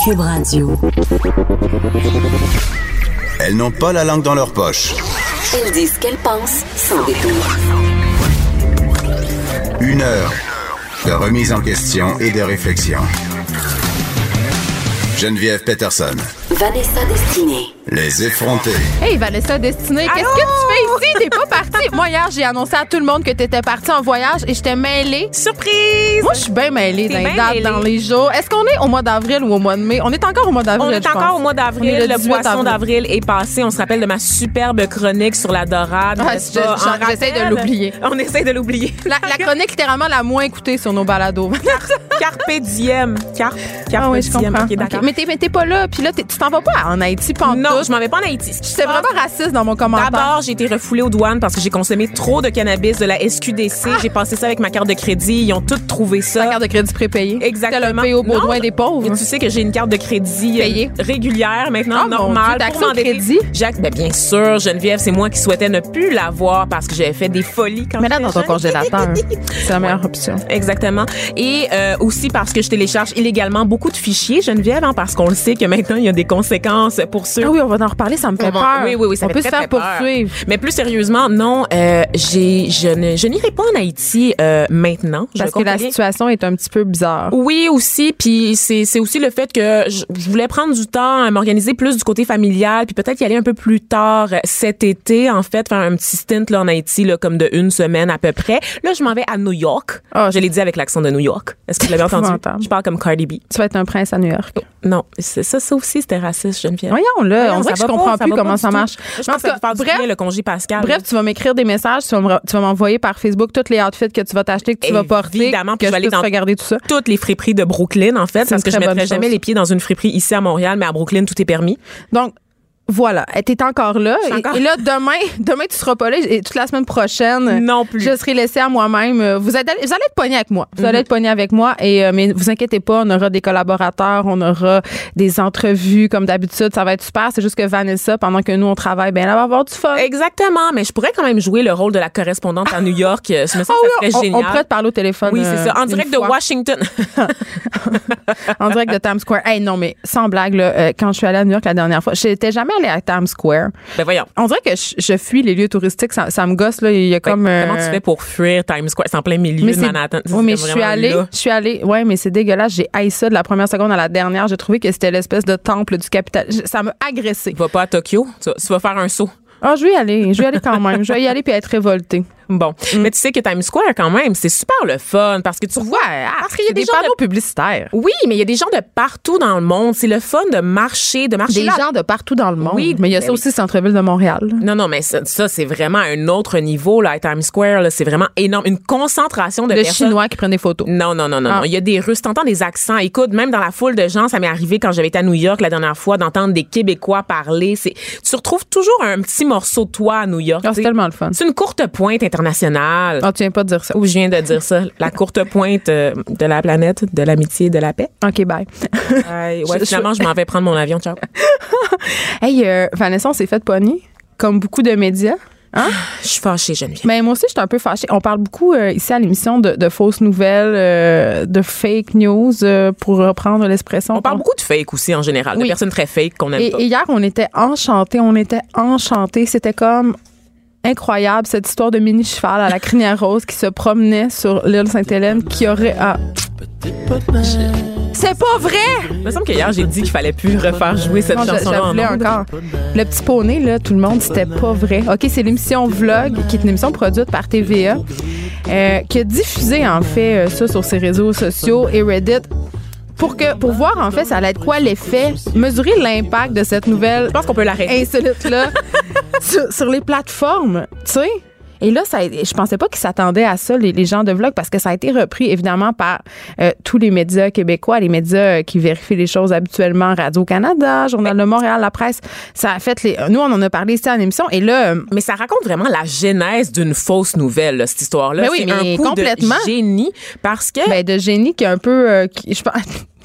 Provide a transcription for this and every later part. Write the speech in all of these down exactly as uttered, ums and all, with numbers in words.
Cube Radio. Elles n'ont pas la langue dans leur poche. Elles disent ce qu'elles pensent sans détour. Une heure de remise en question et de réflexion. Geneviève Peterson. Vanessa Destinée. Les effrontés. Hey Vanessa Destinée, qu'est-ce que tu fais ici? T'es pas partie. Moi, hier, j'ai annoncé à tout le monde que t'étais partie en voyage et j'étais mêlée. Surprise! Moi, je suis bien mêlée T'es dans les bien dates, mêlée. dans les jours. Est-ce qu'on est au mois d'avril ou au mois de mai? On est encore au mois d'avril, On est je encore pense. au mois On d'avril. est Le, dix-huit poisson avril. d'avril est passé. On se rappelle de ma superbe chronique sur la dorade. Ah, n'est-ce je- pas? je- En j'essaie de rappel, l'oublier. On essaie de l'oublier. La, la chronique littéralement la moins écoutée sur nos balados. Carpe diem. Carpe, carpe Ah oui, je diem. comprends. Ok, d'accord. Ok. Mais t'es, mais t'es pas là. Puis là, t'es- tu t'en vas pas en Haïti, pas en Non, tout. je m'en vais pas en Haïti. Ce qui C'est se passe- vraiment raciste dans mon commentaire. D'abord, j'ai été refoulée aux douanes parce que j'ai consommé trop de cannabis de la S Q D C. J'ai passé ça avec ma carte de crédit. Ils ont tous trouvé ça. La carte de crédit prépayée. Exactement. C'est le paye au besoin Non, des pauvres. Mais tu sais que j'ai une carte de crédit euh, Payée. régulière maintenant, Ah, mon Dieu, normale. t'as pour accès au m'endetter. crédit? Jacques, ben bien sûr, Geneviève, c'est moi qui souhaitais ne plus l'avoir parce que j'avais fait des folies quand Mais là, j'étais dans ton jeune. congélateur, c'est la meilleure option. Exactement. Et euh, aussi parce que je télécharge illégalement beaucoup de fichiers, Geneviève, hein, parce qu'on le sait que maintenant, il y a des conséquences pour ceux... Ah oui, on va en reparler, ça me fait On va- peur. Oui, oui, oui, ça on fait peut très, se faire très peur. poursuivre. Mais plus sérieusement, non, euh, j'ai, je, ne, je n'irai pas en Haïti euh, maintenant. Je Parce que la comprends bien. situation est un petit peu bizarre. Oui, aussi, puis c'est c'est aussi le fait que je, je voulais prendre du temps à m'organiser plus du côté familial, puis peut-être y aller un peu plus tard euh, cet été, en fait, faire un petit stint là en Haïti, là, comme de une semaine à peu près. Là, je m'en vais à New York. Ah, je l'ai dit avec l'accent de New York. Est-ce que vous l'avez entendu? Épouvantable. Je parle comme Cardi B. Tu vas être un prince à New York. Non, c'est ça, ça aussi, c'était raciste, Geneviève. Voyons, là, Voyons, on dirait ça que je va comprends pas, plus va comment pas ça du tout. marche. Je pense que ça va faire du bref, bien, le congé Pascal. Bref, tu vas m'écrire des messages, tu vas me- tu vas m'envoyer par Facebook tous les outfits que tu vas t'acheter, que tu vas porter, Évidemment, que puis je je vais aller puisse dans regarder tout ça. toutes les friperies de Brooklyn, en fait, C'est parce une que je très mettrais bonne jamais chose. les pieds dans une friperie ici à Montréal, mais à Brooklyn, tout est permis. Donc, voilà, t'es encore là. Je suis Et, encore- et là, demain, demain, tu seras pas là. Et toute la semaine prochaine, Non plus. je serai laissée à moi-même. Euh, Vous, êtes, vous allez être pognés avec moi. Vous allez être pognés avec moi. Et, euh, mais vous inquiétez pas, on aura des collaborateurs, on aura des entrevues comme d'habitude. Ça va être super. C'est juste que Vanessa, pendant que nous, on travaille, ben, elle va avoir du fun. Exactement, mais je pourrais quand même jouer le rôle de la correspondante à New York. Euh, Je me sens Ah que oui, ça serait on, génial. on pourrait te parler au téléphone. Oui, c'est euh, ça. En une direct de fois. Washington. En direct de Times Square. Hey, non, mais sans blague, là, euh, quand je suis allée à New York la dernière fois, j'étais jamais allée à Times Square. Ben voyons. On dirait que je, je fuis les lieux touristiques. Ça, ça me gosse, là. Il y a comme. Ben, euh, Comment tu fais pour fuir Times Square? C'est en plein milieu mais de c'est- Manhattan. Oui, mais C'est je suis vraiment allée. là. Je suis allée. Ouais, mais c'est dégueulasse. J'ai haï ça de la première seconde à la dernière. J'ai trouvé que c'était l'espèce de temple du capital. Je- Ça m'a agressé. Va pas à Tokyo. Tu vas, tu vas faire un saut. Ah, je vais y aller. Je vais y aller quand même. Je vais y aller puis être révoltée. Bon. Mais tu sais que Times Square, quand même, c'est super le fun parce que tu vois. Parce qu'il y a C'est des, des gens panneaux de... publicitaires. Oui, mais il y a des gens de partout dans le monde. C'est le fun de marcher, de marcher Des là. gens de partout dans le monde. Oui, mais il y a ben ça oui. aussi, centre-ville de Montréal. Non, non, mais ça, ça, c'est vraiment un autre niveau, là, à Times Square, là. C'est vraiment énorme. Une concentration de De personnes. Chinois qui prennent des photos. Non, non, non, non, Ah. non. Il y a des Russes. T'entends des accents. Écoute, même dans la foule de gens, ça m'est arrivé quand j'avais été à New York la dernière fois d'entendre des Québécois parler. C'est, tu retrouves toujours un petit morceau de toi à New York. Ah, tu c'est sais. tellement le fun. C'est une courte pointe internationale. Ah, tu viens pas de dire ça. Où je viens de dire ça. La courte pointe euh, de la planète, de l'amitié et de la paix. OK, bye. Euh, ouais, Je- finalement, je m'en vais prendre mon avion. Ciao. Hey, euh, Vanessa, on s'est fait pogner, comme beaucoup de médias. Hein? Je suis fâchée, Geneviève. Mais moi aussi, je suis un peu fâchée. On parle beaucoup euh, ici à l'émission de, de fausses nouvelles, euh, de fake news, euh, pour reprendre l'expression. On parle beaucoup de fake aussi, en général. Oui. De personnes très fake qu'on aime Et, pas. et hier, on était enchantés. On était enchantés. C'était comme incroyable, cette histoire de mini-cheval à la crinière rose qui se promenait sur l'île Sainte-Hélène, qui aurait... Ah. C'est pas vrai! Il me semble qu'hier, j'ai dit qu'il fallait plus refaire jouer cette Non, je, je chanson-là. la en voulais ondes. encore. Le petit poney, là, tout le monde, c'était pas vrai. OK, c'est l'émission Vlog, qui est une émission produite par T V A, euh, qui a diffusé, en fait, euh, ça sur ses réseaux sociaux et Reddit. Pour, que, pour voir, en fait, ça allait être quoi l'effet, mesurer l'impact de cette nouvelle Je pense qu'on peut l'arrêter. insolite-là sur, sur les plateformes, tu sais. Et là, ça, je pensais pas qu'ils s'attendaient à ça, les, les gens de Vlog, parce que ça a été repris, évidemment, par euh, tous les médias québécois, les médias euh, qui vérifient les choses habituellement, Radio-Canada, Journal de Montréal, La Presse. Ça a fait les... Nous, on en a parlé ici en émission, et là... euh, Mais ça raconte vraiment la genèse d'une fausse nouvelle, là, cette histoire-là. Ben oui, c'est mais un coup complètement. de génie parce que... ben, de génie qui est un peu... euh, qui, je pense...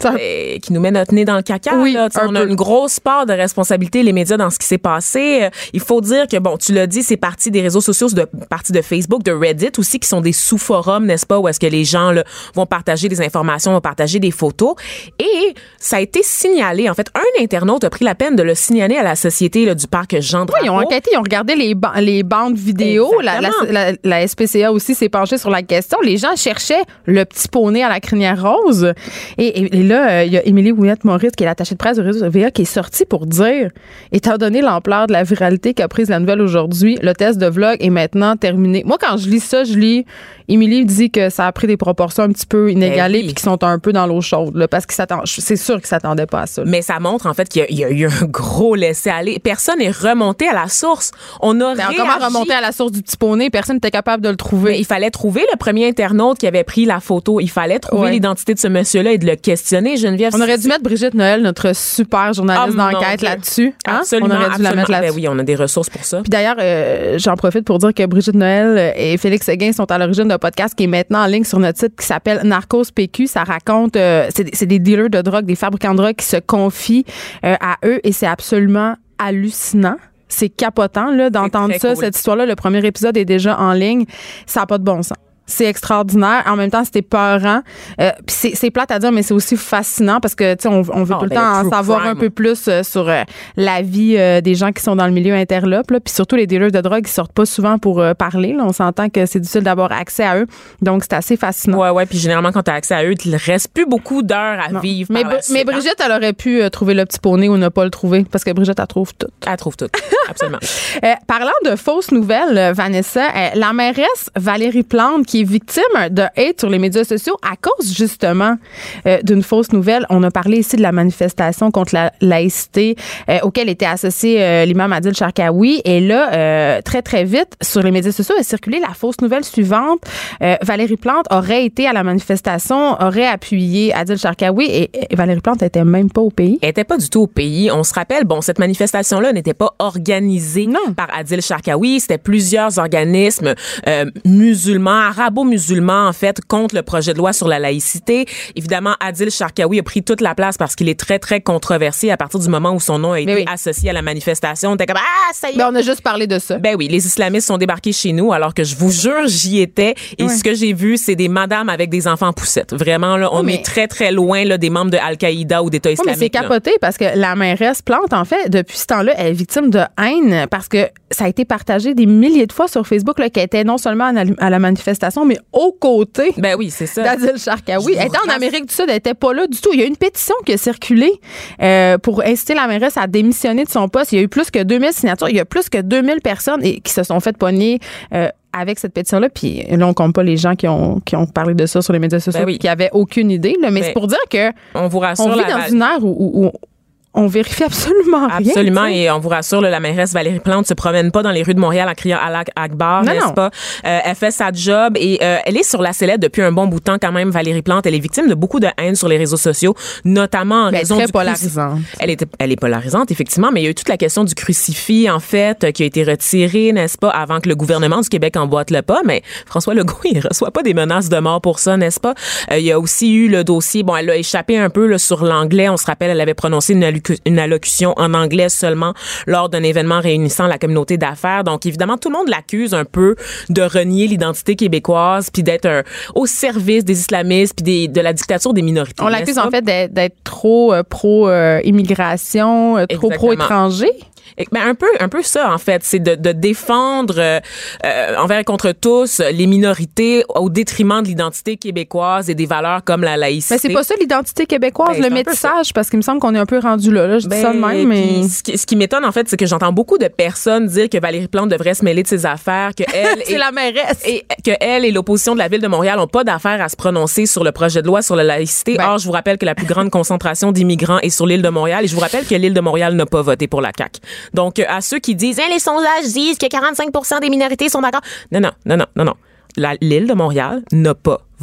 Ça... Et qui nous met notre nez dans le caca. Oui, là. On a peu. une grosse part de responsabilité, les médias, dans ce qui s'est passé. Il faut dire que, bon, tu l'as dit, c'est parti des réseaux sociaux, c'est de, parti de Facebook, de Reddit aussi, qui sont des sous-forums, n'est-ce pas, où est-ce que les gens là, vont partager des informations, vont partager des photos. Et ça a été signalé. En fait, un internaute a pris la peine de le signaler à la Société là, du parc Jean Drapeau. Oui, ils ont enquêté, ils ont regardé les, ba- les bandes vidéo. La, la, la, la S P C A aussi s'est penchée sur la question. Les gens cherchaient le petit poney à la crinière rose. Et, et, et là, il euh, y a Émilie Ouellette-Maurice, qui est l'attachée de presse du réseau V A, qui est sortie pour dire, étant donné l'ampleur de la viralité qu'a prise la nouvelle aujourd'hui, le test de vlog est maintenant terminé. Moi, quand je lis ça, je lis... Émilie dit que ça a pris des proportions un petit peu inégalées puis oui. qu'ils sont un peu dans l'eau chaude, là, parce que c'est sûr qu'ils s'attendaient pas à ça. Là. Mais ça montre, en fait, qu'il y, y a eu un gros laisser-aller. Personne n'est remonté à la source. On a ben, comment remonter à la source du petit poney? Personne n'était capable de le trouver. Mais il fallait trouver le premier internaute qui avait pris la photo. Il fallait trouver ouais. l'identité de ce monsieur-là et de le questionner, Geneviève. On aurait dû mettre Brigitte Noël, notre super journaliste oh, d'enquête là-dessus. Hein? Absolument. On aurait dû absolument. la mettre là-dessus. Ben oui, on a des ressources pour ça. Puis d'ailleurs, euh, j'en profite pour dire que Brigitte Noël et Félix Séguin sont à l'origine d'un podcast qui est maintenant en ligne sur notre site qui s'appelle Narcos P Q. Ça raconte, euh, c'est, c'est des dealers de drogue, des fabricants de drogue qui se confient euh, à eux et c'est absolument hallucinant. C'est capotant là, d'entendre ça, cool. Cette histoire-là. Le premier épisode est déjà en ligne. Ça n'a pas de bon sens. C'est extraordinaire. En même temps, c'était peurant. Euh, puis c'est, c'est plate à dire, mais c'est aussi fascinant parce que, tu sais, on, on veut oh, tout le temps en savoir crime. un peu plus euh, sur euh, la vie euh, des gens qui sont dans le milieu interlope. Là. Puis surtout, les dealers de drogue, ils sortent pas souvent pour euh, parler. Là. On s'entend que c'est difficile d'avoir accès à eux. Donc, c'est assez fascinant. Ouais, ouais. Puis généralement, quand tu as accès à eux, il ne reste plus beaucoup d'heures à non. vivre. Mais, par la suite, mais Brigitte, hein? elle aurait pu euh, trouver le petit poney ou ne pas le trouver parce que Brigitte, elle trouve tout. Elle trouve tout. Absolument. euh, parlant de fausses nouvelles, Vanessa, euh, la mairesse Valérie Plante, qui est victime de hate sur les médias sociaux à cause justement euh, d'une fausse nouvelle. On a parlé ici de la manifestation contre la laïcité euh, auquel était associé euh, l'imam Adil Sharkawi. Et là, euh, très, très vite, sur les médias sociaux, a circulé la fausse nouvelle suivante. Euh, Valérie Plante aurait été à la manifestation, aurait appuyé Adil Sharkawi et, et Valérie Plante n'était même pas au pays. Elle n'était pas du tout au pays. On se rappelle, bon, cette manifestation-là n'était pas organisée non. par Adil Sharkawi. C'était plusieurs organismes euh, musulmans, arabo-musulmans, en fait, contre le projet de loi sur la laïcité. Évidemment, Adil Sharkawi a pris toute la place parce qu'il est très, très controversé à partir du moment où son nom a été oui. associé à la manifestation. On était comme, ah, ça y est. Ben, on a juste parlé de ça. Ben oui, les islamistes sont débarqués chez nous, alors que je vous jure, j'y étais. Et oui. ce que j'ai vu, c'est des madames avec des enfants poussettes. Vraiment, là, on oui, mais... est très, très loin, là, des membres de Al-Qaïda ou d'État oui, islamique. Mais c'est capoté là. Parce que la mairesse Plante, en fait, depuis ce temps-là, elle est victime de haine parce que ça a été partagé des milliers de fois sur Facebook, là, qu'elle était non seulement à la manifestation, mais aux côtés. Ben oui, c'est ça. D'Adil Sharkawi. Elle était en Amérique du Sud, elle était pas là du tout. Il y a eu une pétition qui a circulé euh, pour inciter la mairesse à démissionner de son poste. Il y a eu plus que deux mille signatures. Il y a plus que deux mille personnes et, qui se sont fait pogner euh, avec cette pétition-là. Puis là, on compte pas les gens qui ont, qui ont parlé de ça sur les médias sociaux ben oui. qui avaient aucune idée. Là. Mais ben, c'est pour dire que on vous rassure. On vit la... dans une ère où, où, où on vérifie absolument rien. Absolument. T'sais. Et on vous rassure, là, la mairesse Valérie Plante se promène pas dans les rues de Montréal en criant Allah Akbar, n'est-ce non. pas? Euh, elle fait sa job et euh, elle est sur la sellette depuis un bon bout de temps quand même, Valérie Plante. Elle est victime de beaucoup de haine sur les réseaux sociaux, notamment en ben, raison très du polarisante. Crucif... Elle, est, elle est polarisante, effectivement, mais il y a eu toute la question du crucifix, en fait, qui a été retiré, n'est-ce pas, avant que le gouvernement du Québec emboîte le pas. Mais François Legault, il reçoit pas des menaces de mort pour ça, n'est-ce pas? Euh, il y a aussi eu le dossier, bon, elle a échappé un peu là, sur l'anglais. On se rappelle, elle avait prononcé une, allocu- une allocution en anglais seulement lors d'un événement réunissant la communauté d'affaires. Donc, évidemment, tout le monde l'accuse un peu de renier l'identité québécoise puis d'être un, au service des islamistes puis des, de la dictature des minorités. On l'accuse, en fait, d'être, d'être trop euh, pro-immigration, euh, euh, trop pro-étranger. Ben un peu, un peu ça en fait, c'est de, de défendre euh, euh, envers et contre tous les minorités au détriment de l'identité québécoise et des valeurs comme la laïcité. Mais c'est pas ça l'identité québécoise, ben, le métissage, parce qu'il me semble qu'on est un peu rendu là. là je ben, dis ça de même, mais ce qui, ce qui m'étonne en fait, c'est que j'entends beaucoup de personnes dire que Valérie Plante devrait se mêler de ses affaires, que elle c'est et, la mairesse et que elle et l'opposition de la ville de Montréal ont pas d'affaires à se prononcer sur le projet de loi sur la laïcité. Ben. Or, je vous rappelle que la plus grande concentration d'immigrants est sur l'île de Montréal et je vous rappelle que l'île de Montréal n'a pas voté pour la C A Q. Donc, à ceux qui disent hein, « les sondages disent que quarante-cinq pour cent des minorités sont d'accord », non, non, non, non, non, non. La, l'île de Montréal n'a pas voté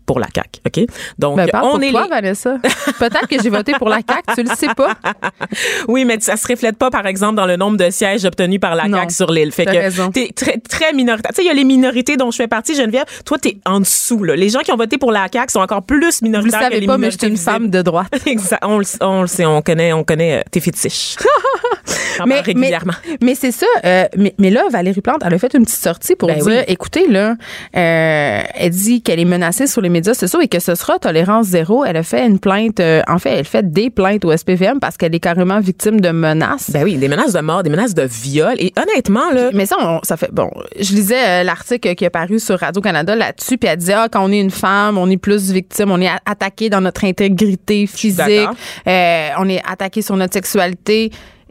pour la C A Q, OK? Donc, ben, parle on pour est toi, les... Vanessa. Peut-être que j'ai voté pour la C A Q, tu le sais pas. Oui, mais ça se reflète pas, par exemple, dans le nombre de sièges obtenus par la non, C A Q sur l'île. Fait t'as que raison. t'es très, très minoritaire. Tu sais, il y a les minorités dont je fais partie, Geneviève. Toi, t'es en dessous, là. Les gens qui ont voté pour la C A Q sont encore plus Vous le minoritaires que savez les pas, mais je minorités suis une visibles. femme de droite. Exact. On le, on le sait, on connaît, on connaît euh, tes fétiches. mais, régulièrement. Mais, mais c'est ça. Euh, mais, mais là, Valérie Plante, elle a fait une petite sortie pour Ben dire, oui. écoutez, là, euh, elle dit qu'elle est menacée sur les médias sociaux et que ce sera tolérance zéro. Elle a fait une plainte, euh, en fait, elle fait des plaintes au S P V M parce qu'elle est carrément victime de menaces. Ben oui, des menaces de mort, des menaces de viol. Et honnêtement, là. Mais ça, on, ça fait, bon, je lisais euh, l'article qui est paru sur Radio-Canada là-dessus, puis elle disait, ah, quand on est une femme, on est plus victime, on est a- attaqué dans notre intégrité physique, d'accord. euh, on est attaqué sur notre sexualité.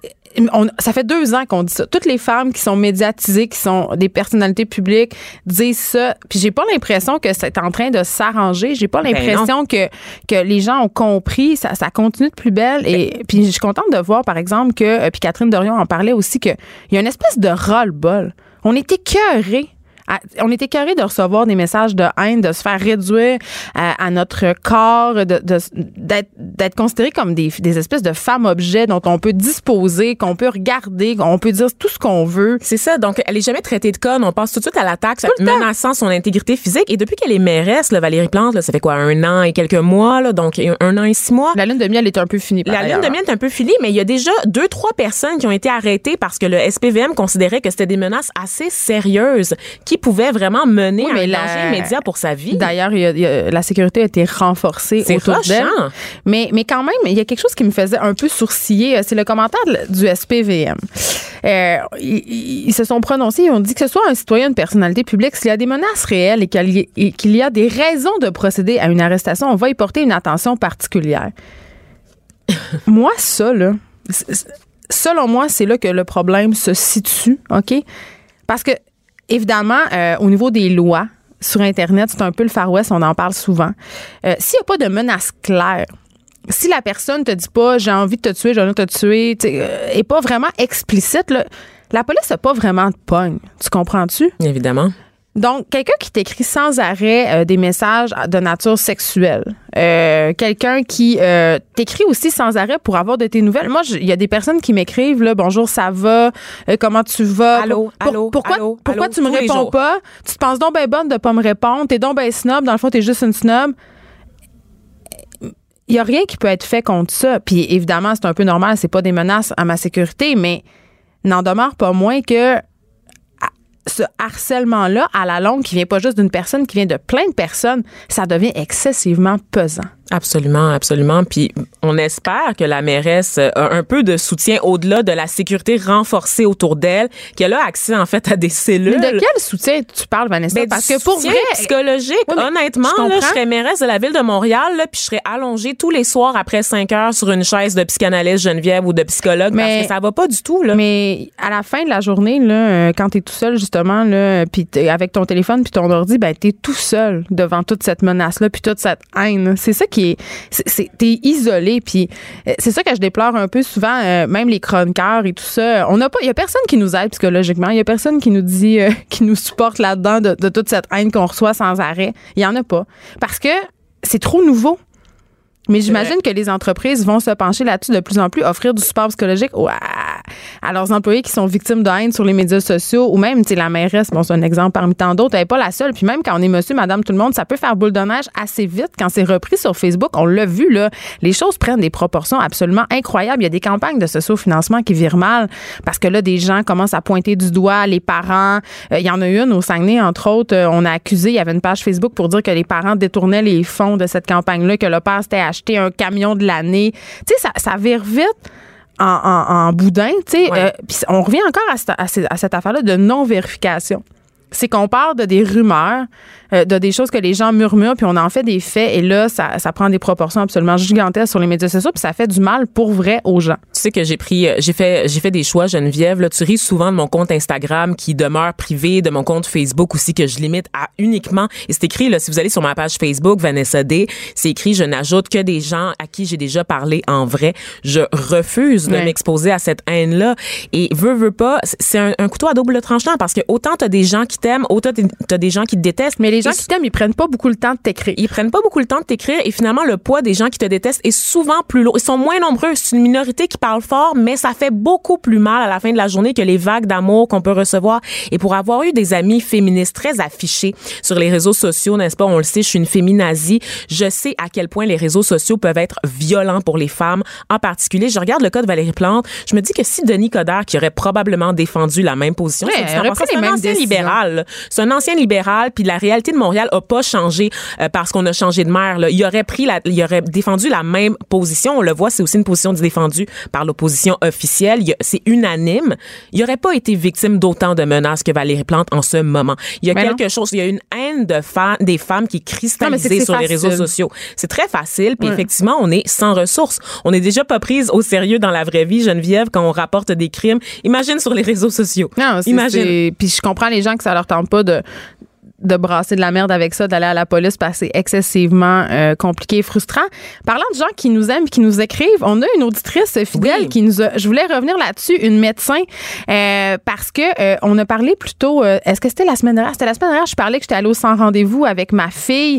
On, ça fait deux ans qu'on dit ça. Toutes les femmes qui sont médiatisées, qui sont des personnalités publiques, disent ça. Puis j'ai pas l'impression que c'est en train de s'arranger. J'ai pas l'impression que que les gens ont compris. Ça, ça continue de plus belle. Et puis je suis contente de voir, par exemple, que euh, puis Catherine Dorion en parlait aussi, que il y a une espèce de ras-le-bol. On est écœurés. À, on est écœurés de recevoir des messages de haine, de se faire réduire à, à notre corps, de, de, d'être, d'être considérés comme des, des espèces de femmes-objets dont on peut disposer, qu'on peut regarder, qu'on peut dire tout ce qu'on veut. C'est ça. Donc, elle est jamais traitée de conne. On passe tout de suite à l'attaque, le temps. menaçant son intégrité physique. Et depuis qu'elle est mairesse, là, Valérie Plante, là, ça fait quoi, un an et quelques mois, là, donc un, un an et six mois. La lune de miel est un peu finie. Par La ailleurs. lune de miel est un peu finie, mais il y a déjà deux, trois personnes qui ont été arrêtées parce que le S P V M considérait que c'était des menaces assez sérieuses qui pouvaient vraiment mener Oui, à mais un la- danger immédiat pour sa vie. D'ailleurs, il y a, il y a- la sécurité a été renforcée C'est autour rochant. d'elle. Mais, mais quand même, il y a quelque chose qui me faisait un peu sourciller. C'est le commentaire de- du S P V M. Euh, ils, ils se sont prononcés, ils ont dit que ce soit un citoyen, une personnalité publique, s'il y a des menaces réelles et qu'il y a, et qu'il y a des raisons de procéder à une arrestation, on va y porter une attention particulière. Moi, ça, là, c'est- c'est- selon moi, c'est là que le problème se situe, OK? Parce que, évidemment, euh, au niveau des lois, sur Internet, c'est un peu le Far West, on en parle souvent. Euh, s'il n'y a pas de menace claire, si la personne te dit pas « j'ai envie de te tuer, j'ai envie de te tuer », euh, et pas vraiment explicite, là, la police n'a pas vraiment de pogne. Tu comprends-tu? Évidemment. Donc, quelqu'un qui t'écrit sans arrêt euh, des messages de nature sexuelle, euh, quelqu'un qui euh, t'écrit aussi sans arrêt pour avoir de tes nouvelles. Moi, il y a des personnes qui m'écrivent là, bonjour, ça va, euh, comment tu vas, Allô, Pour- allô, pourquoi, allô, pourquoi allô, tu me tous les réponds jours. pas? Tu te penses donc ben bonne de pas me répondre, t'es donc ben snob, dans le fond t'es juste une snob. Il y a rien qui peut être fait contre ça. Puis évidemment, c'est un peu normal, c'est pas des menaces à ma sécurité, mais n'en demeure pas moins que ce harcèlement-là, à la longue, qui vient pas juste d'une personne, qui vient de plein de personnes, ça devient excessivement pesant. Absolument, absolument. Puis on espère que la mairesse a un peu de soutien au-delà de la sécurité renforcée autour d'elle, qu'elle a accès en fait à des cellules. Mais de quel soutien tu parles, Vanessa? Ben, Parce du que pour soutien vrai, psychologique, Oui, mais honnêtement, je là, comprends. je serais mairesse de la ville de Montréal, là, puis je serais allongée tous les soirs après cinq heures sur une chaise de psychanalyste Geneviève ou de psychologue, Mais- parce que ça va pas du tout, là. mais à la fin de la journée, là, euh, quand t'es tout seul, justement, là, puis t'es avec ton téléphone puis ton ordi, ben t'es tout seul devant toute cette menace-là puis toute cette haine. C'est ça qui est... c'est, c'est- t'es isolé, puis euh, c'est ça que je déplore un peu souvent, euh, même les chroniqueurs et tout ça. On n'a pas... Il y a personne qui nous aide psychologiquement. Il y a personne qui nous dit... euh, qui nous supporte là-dedans de, de toute cette haine qu'on reçoit sans arrêt. Il y en a pas. Parce que c'est trop nouveau. Mais j'imagine que les entreprises vont se pencher là-dessus de plus en plus, offrir du support psychologique au- à, à leurs employés qui sont victimes de haine sur les médias sociaux, ou même, tu sais, la mairesse, bon, c'est un exemple parmi tant d'autres, elle n'est pas la seule. Puis même quand on est monsieur, madame, tout le monde, ça peut faire boule de neige assez vite. Quand c'est repris sur Facebook, on l'a vu, là, les choses prennent des proportions absolument incroyables. Il y a des campagnes de socio-financement qui virent mal parce que là, des gens commencent à pointer du doigt les parents. Euh, il y en a une au Saguenay, entre autres, euh, on a accusé, il y avait une page Facebook pour dire que les parents détournaient les fonds de cette campagne-là, que le père s'était acheté un camion de l'année. Tu sais, ça, ça vire vite en, en, en boudin, tu sais. Ouais. Euh, puis on revient encore à cette, à cette, à cette affaire-là de non-vérification. C'est qu'on parle de des rumeurs, euh, de des choses que les gens murmurent, puis on en fait des faits, et là, ça, ça prend des proportions absolument gigantesques sur les médias sociaux, puis ça fait du mal pour vrai aux gens. Tu sais que j'ai pris, euh, j'ai fait, j'ai fait des choix, Geneviève. Là, tu ris souvent de mon compte Instagram qui demeure privé, de mon compte Facebook aussi que je limite à uniquement. Et c'est écrit là, si vous allez sur ma page Facebook Vanessa D, c'est écrit je n'ajoute que des gens à qui j'ai déjà parlé en vrai. Je refuse de Ouais. m'exposer à cette haine-là. Et veux veux pas, c'est un, un couteau à double tranchant parce que autant t'as des gens qui t'aiment, autant t'as des gens qui te détestent. Mais les gens et qui t'aiment, ils prennent pas beaucoup le temps de t'écrire. Ils prennent pas beaucoup le temps de t'écrire et finalement, le poids des gens qui te détestent est souvent plus lourd. Ils sont moins nombreux. C'est une minorité qui parle fort, mais ça fait beaucoup plus mal à la fin de la journée que les vagues d'amour qu'on peut recevoir. Et pour avoir eu des amis féministes très affichés sur les réseaux sociaux, n'est-ce pas? On le sait, je suis une féminazie. Je sais à quel point les réseaux sociaux peuvent être violents pour les femmes. En particulier, je regarde le cas de Valérie Plante. Je me dis que si Denis Coderre, qui aurait probablement défendu la même position, ouais, c'est, passé, c'est un ancien décisions. libéral. C'est un ancien libéral, puis la réalité de Montréal a pas changé euh, parce qu'on a changé de maire. Là. Il aurait pris, la, il aurait défendu la même position. On le voit, c'est aussi une position défendue par l'opposition officielle. Il, c'est unanime. Il n'aurait pas été victime d'autant de menaces que Valérie Plante en ce moment. Il y a mais quelque non. chose, il y a une haine de fa- des femmes qui est cristallisée non, c'est sur facile. les réseaux sociaux. C'est très facile, puis ouais. effectivement, on est sans ressources. On n'est déjà pas prise au sérieux dans la vraie vie, Geneviève, quand on rapporte des crimes. Imagine sur les réseaux sociaux. Non, c'est, Imagine. C'est... Puis je comprends les gens que ça leur tente pas de de brasser de la merde avec ça, d'aller à la police parce que c'est excessivement euh, compliqué et frustrant. Parlant de gens qui nous aiment et qui nous écrivent, on a une auditrice fidèle oui. qui nous a... Je voulais revenir là-dessus, une médecin, euh, parce que euh, on a parlé plus tôt... Euh, est-ce que c'était la semaine dernière? C'était la semaine dernière, je parlais que j'étais allée au sans rendez-vous avec ma fille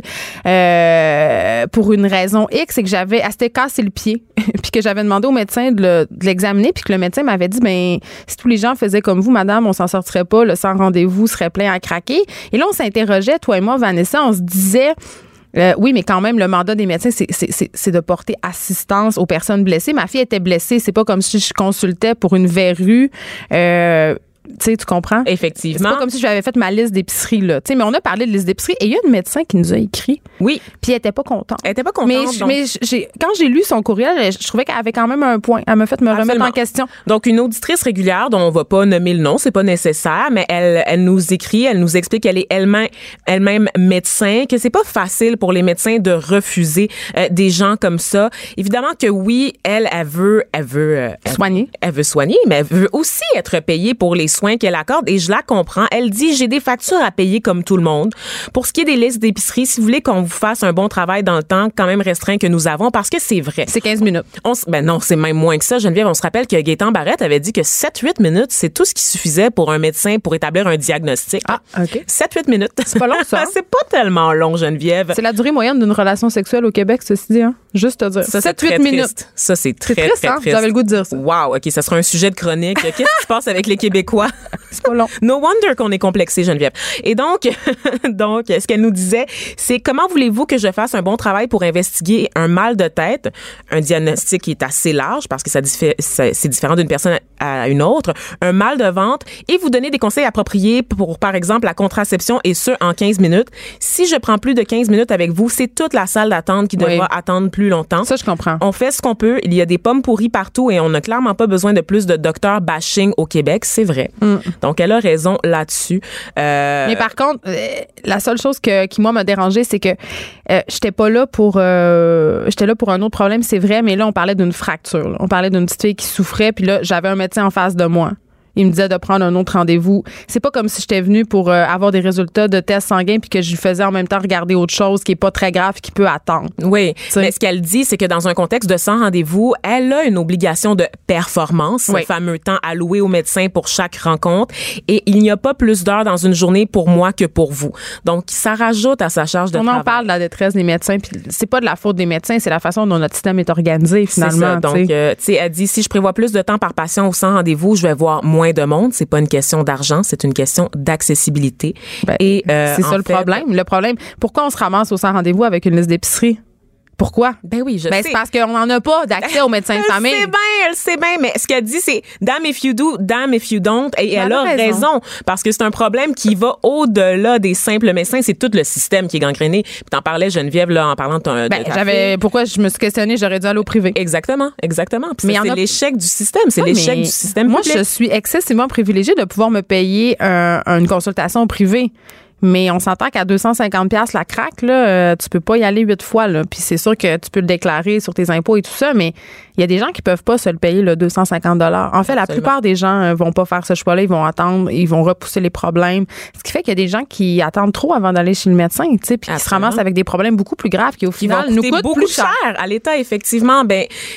euh, pour une raison X et que j'avais... Elle s'était cassé le pied puis que j'avais demandé au médecin de, le, de l'examiner puis que le médecin m'avait dit, ben si tous les gens faisaient comme vous, madame, on s'en sortirait pas, le sans rendez-vous serait plein à craquer. Et là, on s'est interrogeait, toi et moi, Vanessa, on se disait, euh, oui, mais quand même, le mandat des médecins, c'est, c'est, c'est, c'est de porter assistance aux personnes blessées. Ma fille était blessée. C'est pas comme si je consultais pour une verrue. Euh, tu sais, tu comprends? Effectivement. C'est pas comme si j'avais fait ma liste d'épicerie, là. Tu sais, mais on a parlé de liste d'épicerie et il y a une médecin qui nous a écrit. Oui. Puis elle était pas contente. Elle était pas contente. Mais, donc... mais j'ai, quand j'ai lu son courriel, je trouvais qu'elle avait quand même un point. Elle m'a fait me Absolument. remettre en question. Donc, une auditrice régulière dont on va pas nommer le nom, c'est pas nécessaire, mais elle, elle nous écrit, elle nous explique qu'elle est elle-même, elle-même médecin, que c'est pas facile pour les médecins de refuser euh, des gens comme ça. Évidemment que oui, elle, elle veut, elle veut, euh, soigner. Elle, elle veut soigner, mais elle veut aussi être payée pour les soins qu'elle accorde. Et je la comprends. Elle dit, j'ai des factures à payer comme tout le monde. Pour ce qui est des listes d'épicerie, si vous voulez qu'on vous fasse un bon travail dans le temps quand même restreint que nous avons, parce que c'est vrai. C'est quinze minutes. On, ben non, c'est même moins que ça, Geneviève. On se rappelle que Gaétan Barrette avait dit que sept huit minutes, c'est tout ce qui suffisait pour un médecin pour établir un diagnostic. Ah, OK. sept huit minutes. C'est pas long, ça. C'est pas tellement long, Geneviève. C'est la durée moyenne d'une relation sexuelle au Québec, ceci dit, hein? Juste te dire. Ça, sept huit minutes. Ça, c'est très, c'est triste, très hein? triste. J'avais le goût de dire ça. Wow, OK, ça sera un sujet de chronique. Qu'est-ce qui se passe avec les Québécois? C'est pas long. No wonder qu'on est complexé, Geneviève. Et donc, donc, ce qu'elle nous disait, c'est comment voulez-vous que je fasse un bon travail pour investiguer un mal de tête, un diagnostic qui est assez large parce que ça diffé- c'est différent d'une personne à une autre, un mal de ventre et vous donner des conseils appropriés pour, par exemple, la contraception et ce, en quinze minutes. Si je prends plus de quinze minutes avec vous, c'est toute la salle d'attente qui devra oui. attendre plus longtemps. Ça, je comprends. On fait ce qu'on peut. Il y a des pommes pourries partout et on n'a clairement pas besoin de plus de docteurs bashing au Québec. C'est vrai. Mm. Donc, elle a raison là-dessus. Euh... Mais par contre, euh, la seule chose que, qui, moi, m'a dérangée, c'est que euh, j'étais pas là pour... Euh, j'étais là pour un autre problème, c'est vrai, mais là, on parlait d'une fracture. Là. On parlait d'une petite fille qui souffrait, puis là, j'avais un médecin en face de moi. Il me disait de prendre un autre rendez-vous. C'est pas comme si j'étais venue pour euh, avoir des résultats de tests sanguins puis que je lui faisais en même temps regarder autre chose qui est pas très grave, qui peut attendre. Oui, t'sais. Mais ce qu'elle dit, c'est que dans un contexte de sans rendez-vous, elle a une obligation de performance, oui. ce fameux temps alloué au médecin pour chaque rencontre. Et il n'y a pas plus d'heures dans une journée pour moi que pour vous. Donc, ça rajoute à sa charge de On travail. On en parle de la détresse des médecins puis c'est pas de la faute des médecins, c'est la façon dont notre système est organisé finalement. C'est ça. Donc, euh, tu sais, elle dit, si je prévois plus de temps par patient au sans rendez-vous, je vais voir moins de monde. C'est pas une question d'argent, c'est une question d'accessibilité. Ben, et euh, c'est ça le fait, problème. Le problème, pourquoi on se ramasse au sans rendez-vous avec une liste d'épicerie? Pourquoi? Ben oui, je ben, sais. C'est parce qu'on n'en a pas d'accès aux médecins de famille. Elle sait bien, elle sait bien, mais ce qu'elle dit, c'est damn if you do, damn if you don't. Et elle, elle a raison. raison. Parce que c'est un problème qui va au-delà des simples médecins. C'est tout le système qui est gangréné. Puis t'en parlais, Geneviève, là, en parlant de ton. Ben, j'avais, pourquoi je me suis questionnée, j'aurais dû aller au privé. Exactement, exactement. Puis mais ça, c'est a... l'échec du système. C'est oui, l'échec du système moi, public. Moi, je suis excessivement privilégiée de pouvoir me payer un, une consultation au privé. Mais on s'entend qu'à deux cent cinquante dollars la craque, là, euh, tu peux pas y aller huit fois. Là. Puis c'est sûr que tu peux le déclarer sur tes impôts et tout ça, mais il y a des gens qui peuvent pas se le payer, le deux cent cinquante dollars. En fait, Absolument. La plupart des gens euh, vont pas faire ce choix-là. Ils vont attendre, ils vont repousser les problèmes. Ce qui fait qu'il y a des gens qui attendent trop avant d'aller chez le médecin, tu sais, puis qui se ramassent avec des problèmes beaucoup plus graves qui, au final, nous nous coûtent beaucoup plus cher. cher à l'État, effectivement. Ben,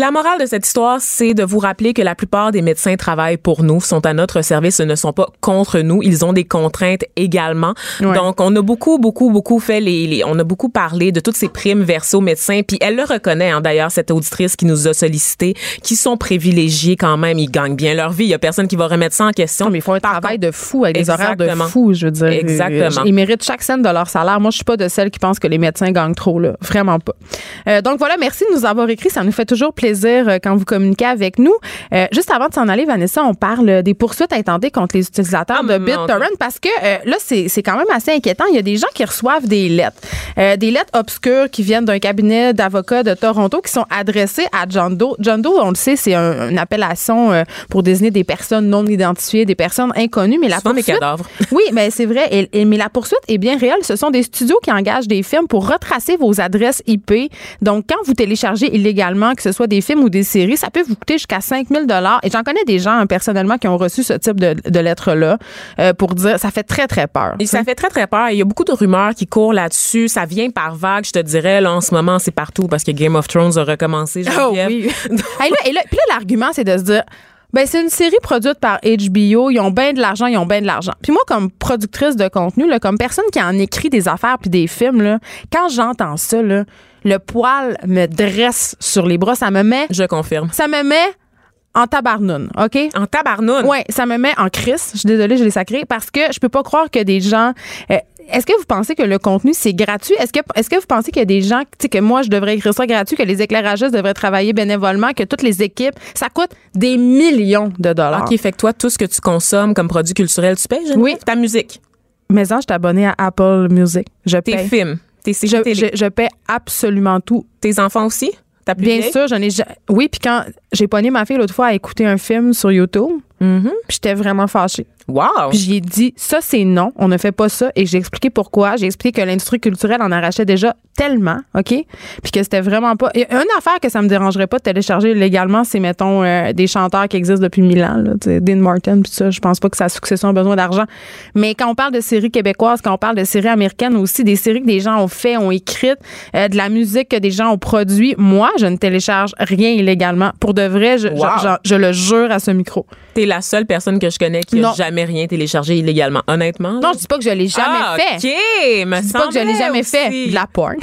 La morale de cette histoire, c'est de vous rappeler que la plupart des médecins travaillent pour nous, sont à notre service, ne sont pas contre nous. Ils ont des contraintes également. Ouais. Donc, on a beaucoup, beaucoup, beaucoup fait les, les, on a beaucoup parlé de toutes ces primes versées aux médecins. Puis elle le reconnaît, hein, d'ailleurs, cette auditrice qui nous a sollicité, qui sont privilégiés quand même. Ils gagnent bien leur vie. Il y a personne qui va remettre ça en question. Non, mais ils font un Par travail contre, de fou avec des horaires de fou, je veux dire. Exactement. Ils méritent chaque cent de leur salaire. Moi, je suis pas de celles qui pensent que les médecins gagnent trop, là. Vraiment pas. Euh, donc voilà, merci de nous avoir écrit. Ça nous fait toujours plaisir euh, quand vous communiquez avec nous. Euh, juste avant de s'en aller, Vanessa, on parle des poursuites intentées contre les utilisateurs ah, de BitTorrent parce que euh, là, c'est, c'est quand même assez inquiétant. Il y a des gens qui reçoivent des lettres. Euh, des lettres obscures qui viennent d'un cabinet d'avocats de Toronto qui sont adressées à John Doe. John Doe, on le sait, c'est un, une appellation euh, pour désigner des personnes non identifiées, des personnes inconnues. Mais la Souvent poursuite, des cadavres. Oui, mais c'est vrai. Et, et, mais la poursuite est bien réelle. Ce sont des studios qui engagent des firmes pour retracer vos adresses I P. Donc, quand vous téléchargez illégalement, que ce soit des films ou des séries, ça peut vous coûter jusqu'à cinq mille dollars. Et j'en connais des gens, hein, personnellement, qui ont reçu ce type de, de lettres-là euh, pour dire, ça fait très, très peur. Et ça fait très, très peur. Il y a beaucoup de rumeurs qui courent là-dessus. Ça vient par vague, je te dirais. Là, en ce moment, c'est partout parce que Game of Thrones a recommencé. Oh oui. et là, et là, puis là, l'argument, c'est de se dire, ben c'est une série produite par H B O, ils ont bien de l'argent, ils ont bien de l'argent. Puis moi, comme productrice de contenu, là, comme personne qui en écrit des affaires puis des films, là, quand j'entends ça, là, le poil me dresse sur les bras, ça me met... Je confirme. Ça me met en tabarnoune, OK? En tabarnoune? Oui, ça me met en crise. Je suis désolée, je l'ai sacré, parce que je peux pas croire que des gens... Euh, est-ce que vous pensez que le contenu, c'est gratuit? Est-ce que, est-ce que vous pensez qu'il y a des gens, tu sais, que moi, je devrais écrire ça gratuit, que les éclairagistes devraient travailler bénévolement, que toutes les équipes, ça coûte des millions de dollars? OK, fait que toi, tout ce que tu consommes comme produit culturel, tu payes, Geneviève? Oui. Ta musique? Mais non, je suis abonnée à Apple Music. Je Tes paye. films? Tes séries je, télé? Je, je paie absolument tout. Tes enfants aussi? T'as plus Bien vieille? sûr, j'en ai... Oui, puis quand j'ai pogné ma fille l'autre fois à écouter un film sur YouTube, mm-hmm. puis j'étais vraiment fâchée. Wow! Puis j'ai dit, ça, c'est non, on ne fait pas ça. Et j'ai expliqué pourquoi. J'ai expliqué que l'industrie culturelle en arrachait déjà tellement, OK? Puis que c'était vraiment pas... Et une affaire que ça me dérangerait pas de télécharger légalement, c'est, mettons, euh, des chanteurs qui existent depuis mille ans, là, Dean Martin, puis ça, je pense pas que sa succession a besoin d'argent. Mais quand on parle de séries québécoises, quand on parle de séries américaines aussi, des séries que des gens ont fait, ont écrites, euh, de la musique que des gens ont produit, moi, je ne télécharge rien illégalement. Pour de vrai, je, wow. je, je, je le jure à ce micro. T'es la seule personne que je connais qui n'a jamais rien téléchargé illégalement, honnêtement. Là. Non, je dis pas que je l'ai jamais ah, fait. OK, me Je dis pas que je l'ai jamais aussi. fait. De la porn.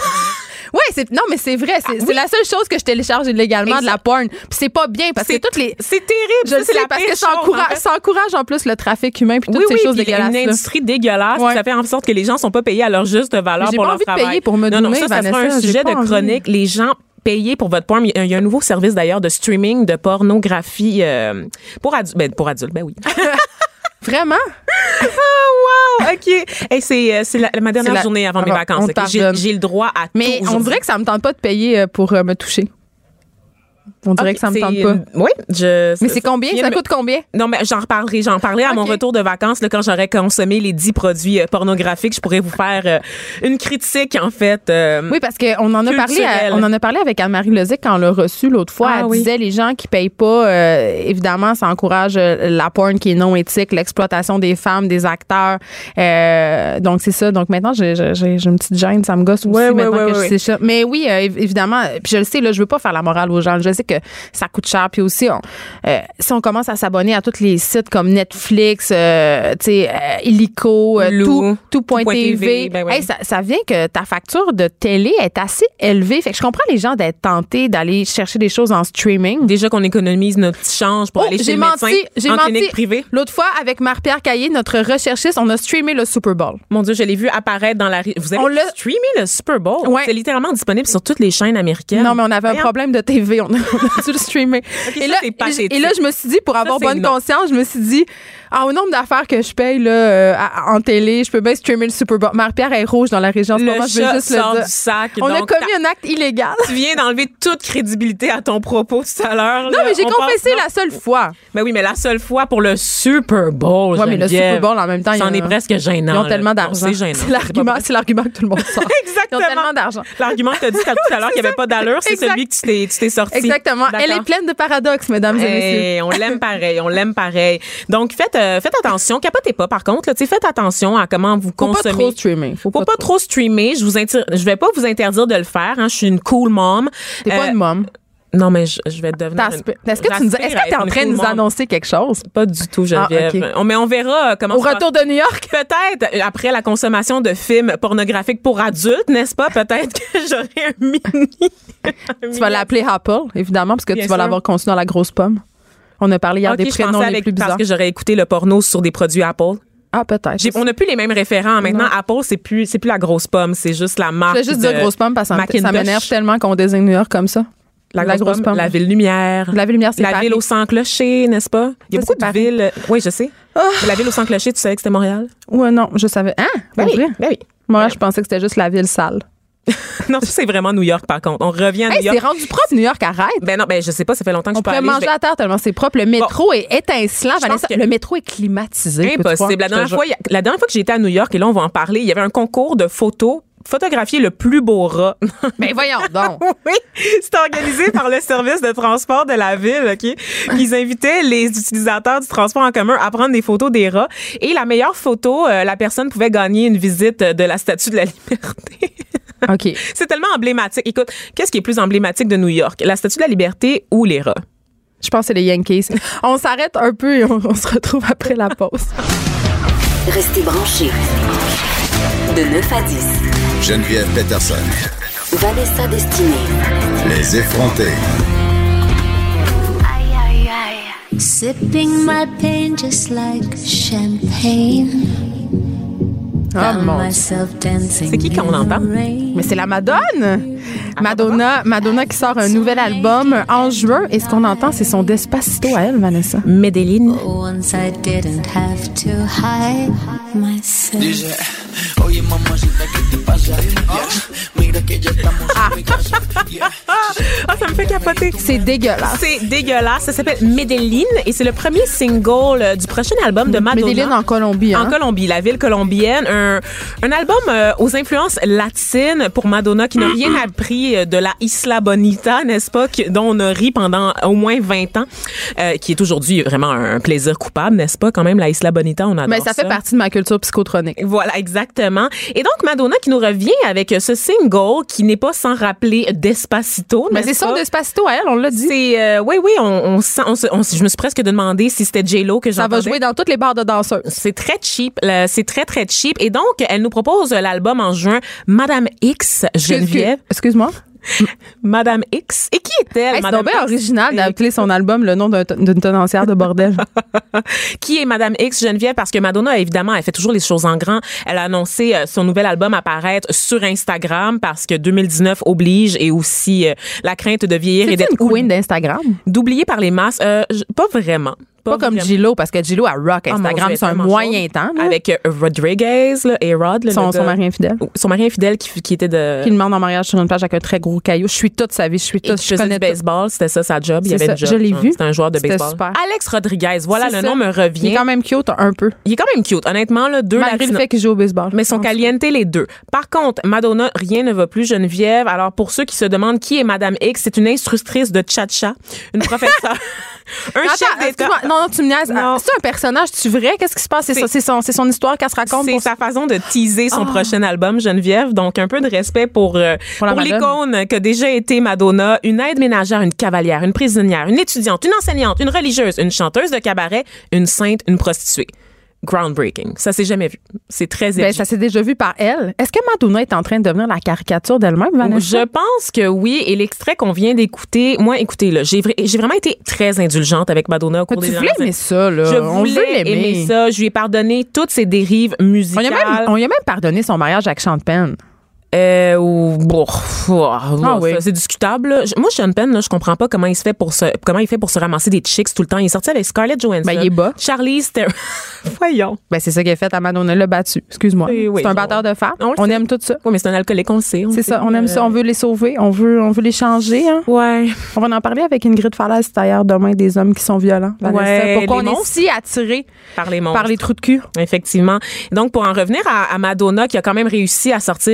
Oui, c'est non mais c'est vrai, c'est, ah, oui. c'est la seule chose que je télécharge illégalement exact. De la porn. Puis c'est pas bien parce c'est, que toutes les c'est terrible, je ça, le c'est sais la parce pire que ça chose, encourage en fait. ça encourage en plus le trafic humain puis toutes oui, ces oui, choses puis dégueulasses. Une industrie dégueulasse, ouais. Ça fait en sorte que les gens sont pas payés à leur juste valeur j'ai pour pas leur envie travail. De payer pour me non, non, donner, ça, ça Vanessa, sera un sujet de envie. chronique. Les gens payés pour votre porn. Il y a un nouveau service d'ailleurs de streaming de pornographie euh, pour adultes. Ben, pour adultes, ben oui. Vraiment? Oh, wow! OK. Hey, c'est, c'est la, ma dernière c'est la, journée avant mes vacances. Okay? J'ai, j'ai le droit à Mais tout. Mais on dirait que ça me tente pas de payer pour euh, me toucher. On dirait okay, que ça me tente pas. Oui, je. Mais c'est combien? Ça coûte combien? Non, mais j'en reparlerai. J'en parlerai à okay. mon retour de vacances, là, quand j'aurai consommé les dix produits euh, pornographiques. Je pourrais vous faire euh, une critique, en fait. Euh, oui, parce qu'on en a parlé, à, on en a parlé avec Anne-Marie Lozic quand on l'a reçue l'autre fois. Ah, Elle oui. disait les gens qui payent pas, euh, évidemment, ça encourage la porn qui est non éthique, l'exploitation des femmes, des acteurs. Euh, donc c'est ça. Donc maintenant, j'ai, j'ai, j'ai une petite gêne, ça me gosse aussi ouais, maintenant ouais, que ouais, je sais ça. Mais oui, euh, évidemment. Puis je le sais, là, je veux pas faire la morale aux gens. Je sais que ça coûte cher. Puis aussi, on, euh, si on commence à s'abonner à tous les sites comme Netflix, euh, tu sais, euh, Illico, euh, tout, tout point T V, ben ouais. hey, ça, ça vient que ta facture de télé est assez élevée. Fait que je comprends les gens d'être tentés d'aller chercher des choses en streaming. Déjà qu'on économise notre petit change pour oh, aller chez j'ai le menti, médecin j'ai en menti. clinique privée. L'autre fois, avec Marie-Pierre Caillé, notre recherchiste, on a streamé le Super Bowl. Mon Dieu, je l'ai vu apparaître dans la... Vous avez on l'a... streamé le Super Bowl? Ouais. C'est littéralement disponible sur toutes les chaînes américaines. Non, mais on avait Voyons. un problème de T V. On a, on a dû le streamer. Okay, et, ça, là, c'est et, et là, je me suis dit, pour avoir ça, bonne non. conscience, je me suis dit, ah, au nombre d'affaires que je paye là, euh, à, en télé, je peux bien streamer le Super Bowl. Marie-Pierre est rouge dans la région. En ce le moment, je veux juste sort le dire. Du sac, on donc, a commis un acte illégal. Tu viens d'enlever toute crédibilité à ton propos tout à l'heure. Non, là. mais j'ai on confessé pense, la seule fois. Mais oui, mais la seule fois pour le Super Bowl. Oui, mais le Super Bowl, en même temps, c'en est presque gênant. Ils ont tellement d'argent. Non, c'est gênant. C'est l'argument, c'est, c'est l'argument que tout le monde sort. Exactement. Ils ont tellement d'argent. L'argument que tu as dit tout à l'heure qu'il n'y avait pas d'allure, c'est exact. Celui que tu t'es, tu t'es sorti. Exactement. D'accord. Elle est pleine de paradoxes, mesdames et messieurs. Hey, on l'aime pareil, on l'aime pareil. Donc, faites, euh, faites attention. Capotez pas, par contre. Là, faites attention à comment vous Faut consommez. Faut pas trop streamer. Faut, Faut pas, pas trop streamer. Je vous inter... je vais pas vous interdire de le faire. Hein. Je suis une cool mom. T'es euh, pas une mom. Non, mais je, je vais devenir. Une, est-ce que tu nous, est-ce que t'es en train de nous annoncer quelque chose? Pas du tout, Geneviève. Ah, okay. on, mais on verra comment. Au retour de New York? Peut-être, après la consommation de films pornographiques pour adultes, n'est-ce pas? Peut-être que j'aurai un mini. un tu vas l'appeler Apple, évidemment, parce que Bien tu vas sûr. l'avoir conçu dans la grosse pomme. On a parlé hier okay, des prénoms les avec, plus bizarres. Parce que j'aurais écouté le porno sur des produits Apple. Ah, peut-être. J'ai, on n'a plus les mêmes référents. Maintenant, non. Apple, c'est plus, c'est plus la grosse pomme, c'est juste la marque. Je vais juste dire grosse pomme parce que ça m'énerve tellement qu'on désigne New York comme ça. La, la grosse, grosse pomme, pomme. La ville lumière. La ville lumière, c'est La Paris. ville au sans clocher, n'est-ce pas? Il y a ça, beaucoup de Paris. villes. Oui, je sais. Oh. La ville au sans clocher, tu savais que c'était Montréal? Ouais, non, je savais. Hein? Ben oui, ben oui. Moi, ben je pensais que c'était juste la ville sale. Non, ça, c'est vraiment New York, par contre. On revient à New hey, York. C'est rendu propre, New York, arrête. Ben non, ben je sais pas, ça fait longtemps que on je peux aller. On pourrait manger vais... à terre tellement c'est propre. Le métro bon. est étincelant. Vanessa, que... Le métro est climatisé. Impossible. La dernière, fois, a... la dernière fois que j'ai été à New York, et là, on va en parler, il y avait un concours de photos. Photographier le plus beau rat. Ben voyons donc. Oui, c'était organisé par le service de transport de la ville, OK? Ils invitaient les utilisateurs du transport en commun à prendre des photos des rats. Et la meilleure photo, euh, la personne pouvait gagner une visite de la Statue de la Liberté. OK. C'est tellement emblématique. Écoute, qu'est-ce qui est plus emblématique de New York? La Statue de la Liberté ou les rats? Je pense que c'est les Yankees. On s'arrête un peu et on, on se retrouve après la pause. Restez branchés. De neuf à dix. Geneviève Peterson. Vanessa Destinée. Les effrontés. Aïe, aïe, aïe. Sipping my pain just like champagne. Oh mon Dieu. C'est qui qu'on entend? Mais c'est la Madone. Madonna, Madonna qui sort un nouvel album en juin. Et ce qu'on entend, c'est son Despacito à elle, Vanessa. Medellin. Once I didn't have to hide myself. Oye, mamacita, ¿qué te pasa? Mira que ya estamos en mi casa. Ah, ça me fait capoter. C'est dégueulasse. C'est dégueulasse. Ça s'appelle Medellin et c'est le premier single du prochain album de Madonna. Medellin en Colombie. Hein? En Colombie, la ville colombienne. Un, un album euh, aux influences latines pour Madonna qui n'a rien appris de la Isla Bonita, n'est-ce pas, qui, dont on a ri pendant au moins vingt ans, euh, qui est aujourd'hui vraiment un plaisir coupable, n'est-ce pas, quand même, la Isla Bonita, on adore ça. Mais ça fait partie de ma culture psychotronique. Voilà, exactement. Et donc, Madonna qui nous revient avec ce single qui n'est pas sans rappeler Despacito. Mais c'est son Despacito à elle, on l'a dit. C'est, euh, oui, oui, on, on sent, on, on, je me suis presque demandé si c'était J-Lo que j'entendais. Ça va jouer dans toutes les bars de danseuses. C'est très cheap, là, c'est très, très cheap. Et donc, elle nous propose l'album en juin, Madame X, Geneviève. Excuse-moi. Madame X. Et qui est-elle, hey, Madame C'est bien original d'appeler son album le nom d'un, d'une tenancière de bordel. Qui est Madame X, Geneviève? Parce que Madonna, évidemment, elle fait toujours les choses en grand. Elle a annoncé son nouvel album apparaître sur Instagram parce que deux mille dix-neuf oblige et aussi euh, la crainte de vieillir C'est et d'être... une queen d'Instagram? D'oublier par les masses. Euh, pas vraiment. Pas, pas comme J-Lo, parce que J-Lo a rock Instagram, oh Dieu, c'est un moyen chaud. temps. Là. Avec euh, Rodriguez, là, et Rod. Là, son, son mari infidèle. Son mari infidèle qui, qui était de... Qui demande en mariage sur une plage avec un très gros caillou. Je suis toute sa vie, je suis toute... Et je connais du baseball, c'était ça sa job. Il y avait ça, une job. Je l'ai vu. C'était un joueur de c'était baseball. Super. Alex Rodriguez, voilà, c'est le ça. nom me revient. Il est quand même cute, un peu. Il est quand même cute, honnêtement. Là, deux Malgré latino- le fait qu'il joue au baseball. Mais sont caliente les deux. Par contre, Madonna, rien ne va plus, Geneviève. Alors, pour ceux qui se demandent qui est Madame X, c'est une instructrice de cha-cha, une professeure... un Attends, chef d'État. Non, non, tu me niaises. Non. C'est un personnage, tu vrai? Qu'est-ce qui se passe? C'est, c'est, ça, c'est, son, c'est son histoire qu'elle se raconte? C'est pour... sa façon de teaser son oh. prochain album, Geneviève. Donc, un peu de respect pour, euh, pour, pour l'icône qu'a déjà été Madonna. Une aide ménagère, une cavalière, une prisonnière, une étudiante, une enseignante, une religieuse, une chanteuse de cabaret, une sainte, une prostituée. Groundbreaking. Ça s'est jamais vu. C'est très ben, ça s'est déjà vu par elle. Est-ce que Madonna est en train de devenir la caricature d'elle-même, Vanessa? Je pense que oui. Et l'extrait qu'on vient d'écouter, moi, écoutez, là, j'ai, j'ai vraiment été très indulgente avec Madonna au cours mais des tu voulais aimer ça, là. Je On voulais veut l'aimer. aimer ça. Je lui ai pardonné toutes ses dérives musicales. On lui a même, on lui a même pardonné son mariage avec Sean Penn. Euh, ou bon, oh, ah oui. c'est discutable. Là. Moi, Sean Penn, là, je comprends pas comment il se fait pour se, comment il fait pour se ramasser des chicks tout le temps. Il est sorti avec Scarlett Johansson. Ben, il est bas. Charlize Theron. Voyons. Ben, c'est ça qu'il a fait à Madonna, l'a battu. Excuse-moi. Oui, oui, c'est un batteur de femmes. On, on aime tout ça. Oui, mais c'est un alcoolique, on le sait. On c'est sait. ça. On aime euh... ça. On veut les sauver. On veut, on veut les changer, hein. Ouais. On va en parler avec Ingrid Falaise d'ailleurs demain des hommes qui sont violents. Ouais. Pourquoi on est si attirés par les monstres. Par les trous de cul. Effectivement. Donc, pour en revenir à, à Madonna, qui a quand même réussi à sortir des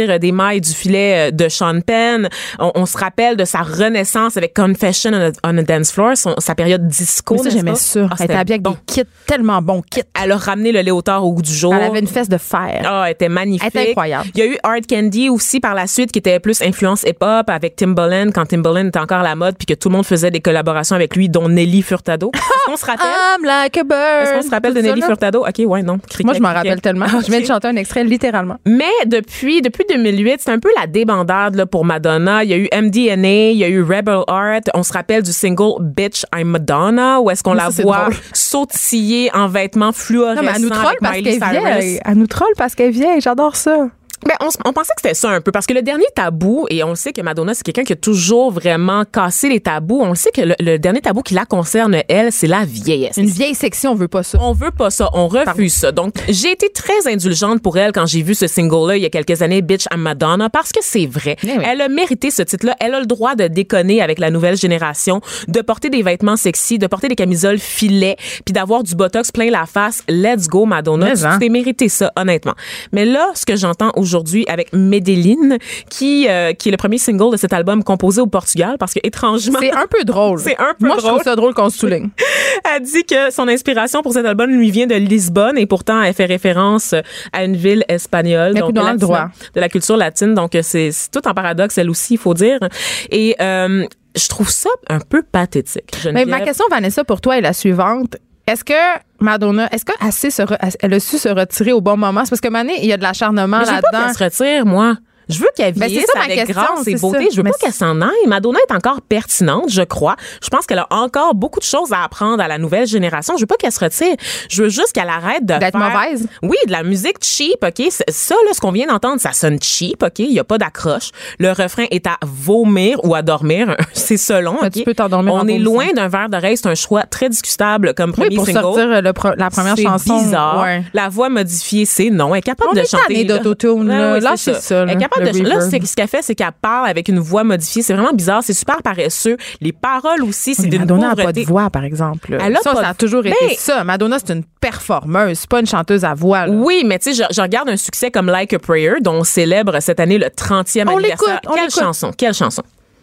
mailles du filet de Sean Penn. On, on se rappelle de sa renaissance avec Confession on a, on a Dance Floor, son, sa période disco. Mais ça, j'aimais ça. Ah, elle était habillée avec bon. des kits, tellement bons kits. Elle a ramené le léotard au goût du jour. Elle avait une fesse de fer. Ah, elle était magnifique. Elle était incroyable. Il y a eu Hard Candy aussi par la suite qui était plus influence hip-hop avec Timbaland quand Timbaland était encore à la mode puis que tout le monde faisait des collaborations avec lui, dont Nelly Furtado. Est-ce qu'on se rappelle? I'm like a bird. Est-ce qu'on se rappelle de Nelly ça, Furtado? OK, ouais, non. Cricket, Moi, je m'en cricket. rappelle tellement. Okay. Je viens de chanter un extrait littéralement. Mais depuis, depuis deux mille huit, c'est un peu la débandade là, pour Madonna. Il y a eu M D N A, il y a eu Rebel Art. On se rappelle du single Bitch I'm Madonna, où est-ce qu'on mais la ça, voit sautiller en vêtements fluorescents. Non, mais elle nous troll parce qu'elle vient. Elle nous troll parce qu'elle vient. J'adore ça. Ben, on, on pensait que c'était ça un peu parce que le dernier tabou, et on le sait que Madonna, c'est quelqu'un qui a toujours vraiment cassé les tabous. On le sait que le, le dernier tabou qui la concerne, elle, c'est la vieillesse. Une vieille section, on veut pas ça. On veut pas ça, on refuse Pardon. ça. Donc, j'ai été très indulgente pour elle quand j'ai vu ce single-là il y a quelques années, Bitch I'm Madonna, parce que c'est vrai. Oui, oui. Elle a mérité ce titre-là. Elle a le droit de déconner avec la nouvelle génération, de porter des vêtements sexy, de porter des camisoles filets, puis d'avoir du botox plein la face. Let's go, Madonna. Mais tu hein. t'es mérité ça, honnêtement. Mais là, ce que j'entends aujourd'hui, aujourd'hui avec Medellin, qui euh, qui est le premier single de cet album composé au Portugal, parce que étrangement... C'est un peu drôle. C'est un peu Moi, drôle. je trouve ça drôle qu'on se souligne. Elle dit que son inspiration pour cet album lui vient de Lisbonne et pourtant elle fait référence à une ville espagnole, mais donc de, latine, droit. de la culture latine. Donc c'est, c'est tout en paradoxe, elle aussi, il faut dire. Et euh, je trouve ça un peu pathétique. Geneviève. Mais ma question, Vanessa, pour toi est la suivante. Est-ce que Madonna, est-ce qu'elle a, se re, elle a su se retirer au bon moment? C'est parce que Mané, il y a de l'acharnement mais là-dedans. Je veux pas qu'elle se retire, moi. Je veux qu'elle vieillisse ben avec question, grâce et beauté. Ça. Je veux mais pas c'est... qu'elle s'en aille. Madonna est encore pertinente, je crois. Je pense qu'elle a encore beaucoup de choses à apprendre à la nouvelle génération. Je veux pas qu'elle se retire. Je veux juste qu'elle arrête de D'être faire... mauvaise? Oui, de la musique cheap, OK? Ça, là, ce qu'on vient d'entendre, ça sonne cheap, OK? Il y a pas d'accroche. Le refrain est à vomir ou à dormir. C'est selon, OK? Tu peux t'endormir. On est loin d'un verre d'oreille. C'est un choix très discutable comme premier oui, pour single. sortir le pro- la première c'est chanson. C'est bizarre. Ouais. La voix modifiée, c'est non. Elle est capable On de est chanter. On est d'autotune. Là, là, oui, là c'est, c'est ça. ça. Là, elle est capable de... Là, c'est ce qu'elle fait, c'est qu'elle parle avec une voix modifiée. C'est vraiment bizarre. C'est super paresseux. Les paroles aussi, c'est oui, d'une Madonna pauvreté. n'a pas de voix, par exemple. Elle a ça, pas ça a toujours de... été mais... ça. Madonna, c'est une performeuse. C'est pas une chanteuse à voix. Là. Oui, mais tu sais, je, je regarde un succès comme Like a Prayer, dont on célèbre cette année le trentième on anniversaire. L'écoute, on Quelle l'écoute. chanson? Quelle chanson?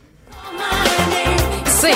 C'est...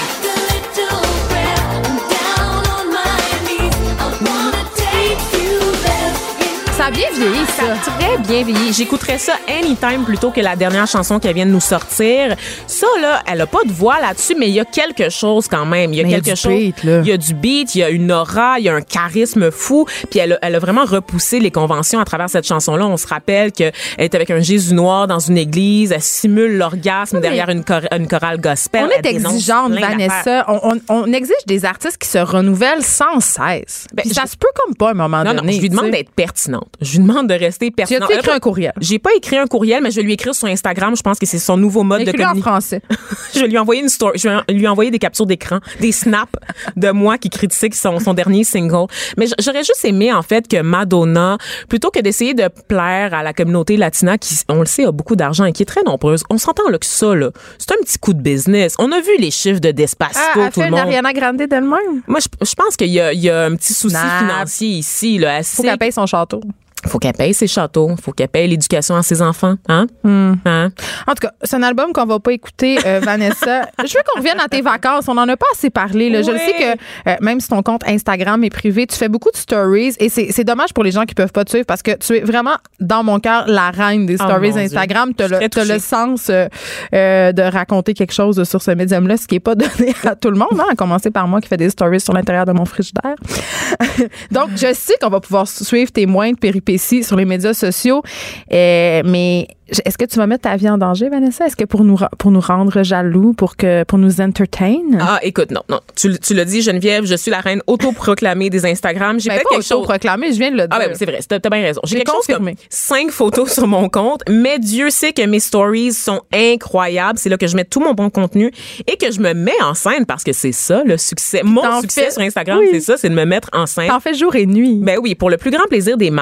Ça a bien vieilli, ça. Ça a très bien vieilli. J'écouterais ça anytime plutôt que la dernière chanson qu'elle vient de nous sortir. Ça, là, elle a pas de voix là-dessus, mais il y a quelque chose quand même. Il y a mais quelque y a du chose. Beat, là. Il y a du beat, il y a une aura, il y a un charisme fou. Puis elle a, elle a vraiment repoussé les conventions à travers cette chanson-là. On se rappelle qu'elle est avec un Jésus noir dans une église. Elle simule l'orgasme oui. derrière une, chor- une chorale gospel. On est exigeante, Vanessa. On, on, on exige des artistes qui se renouvellent sans cesse. Ben, ça je... se peut comme pas à un moment non, donné. Non, je lui demande d'être pertinente. Je lui demande de rester pertinente. Tu as écrit un courriel? J'ai pas écrit un courriel, mais je vais lui écrire sur Instagram. Je pense que c'est son nouveau mode écris de communication. En français. Je vais lui envoyer une story. Je vais lui envoyer des captures d'écran, des snaps de moi qui critique son, son dernier single. Mais j'aurais juste aimé, en fait, que Madonna, plutôt que d'essayer de plaire à la communauté latina qui, on le sait, a beaucoup d'argent et qui est très nombreuse, on s'entend là que ça, là, c'est un petit coup de business. On a vu les chiffres de Despacito, ah, elle tout fait le monde. une Ariana Grande d'elle-même? Moi, je, je pense qu'il y a, il y a un petit souci nah. financier ici, là. Faut qu'elle paye son château. Faut qu'elle paye ses châteaux, faut qu'elle paye l'éducation à ses enfants, hein? Mm. hein? En tout cas, c'est un album qu'on va pas écouter, euh, Vanessa. Je veux qu'on revienne à tes vacances. On en a pas assez parlé. Là. Oui. Je le sais que euh, même si ton compte Instagram est privé, tu fais beaucoup de stories et c'est, c'est dommage pour les gens qui peuvent pas te suivre parce que tu es vraiment dans mon cœur la reine des stories oh Instagram. Tu as le, le sens euh, euh, de raconter quelque chose sur ce médium-là, ce qui est pas donné à tout le monde, hein, à commencer par moi qui fais des stories sur l'intérieur de mon frigidaire. Donc, je sais qu'on va pouvoir suivre tes moindres péripéties sur les médias sociaux, euh, mais est-ce que tu vas mettre ta vie en danger, Vanessa? Est-ce que pour nous pour nous rendre jaloux, pour que pour nous entertain? Ah, écoute, non, non. Tu, tu l'as dit, Geneviève, je suis la reine autoproclamée des Instagram. J'ai ben peut-être pas quelque autoproclamée, je viens de le dire. Ah ben c'est vrai, t'as, t'as bien raison. J'ai, J'ai quelque confirmé. chose comme cinq photos sur mon compte, mais Dieu sait que mes stories sont incroyables. C'est là que je mets tout mon bon contenu et que je me mets en scène parce que c'est ça le succès. Mon T'en succès fais... sur Instagram, oui. c'est ça, c'est de me mettre en scène. T'en fais jour et nuit. Ben oui, pour le plus grand plaisir des masses.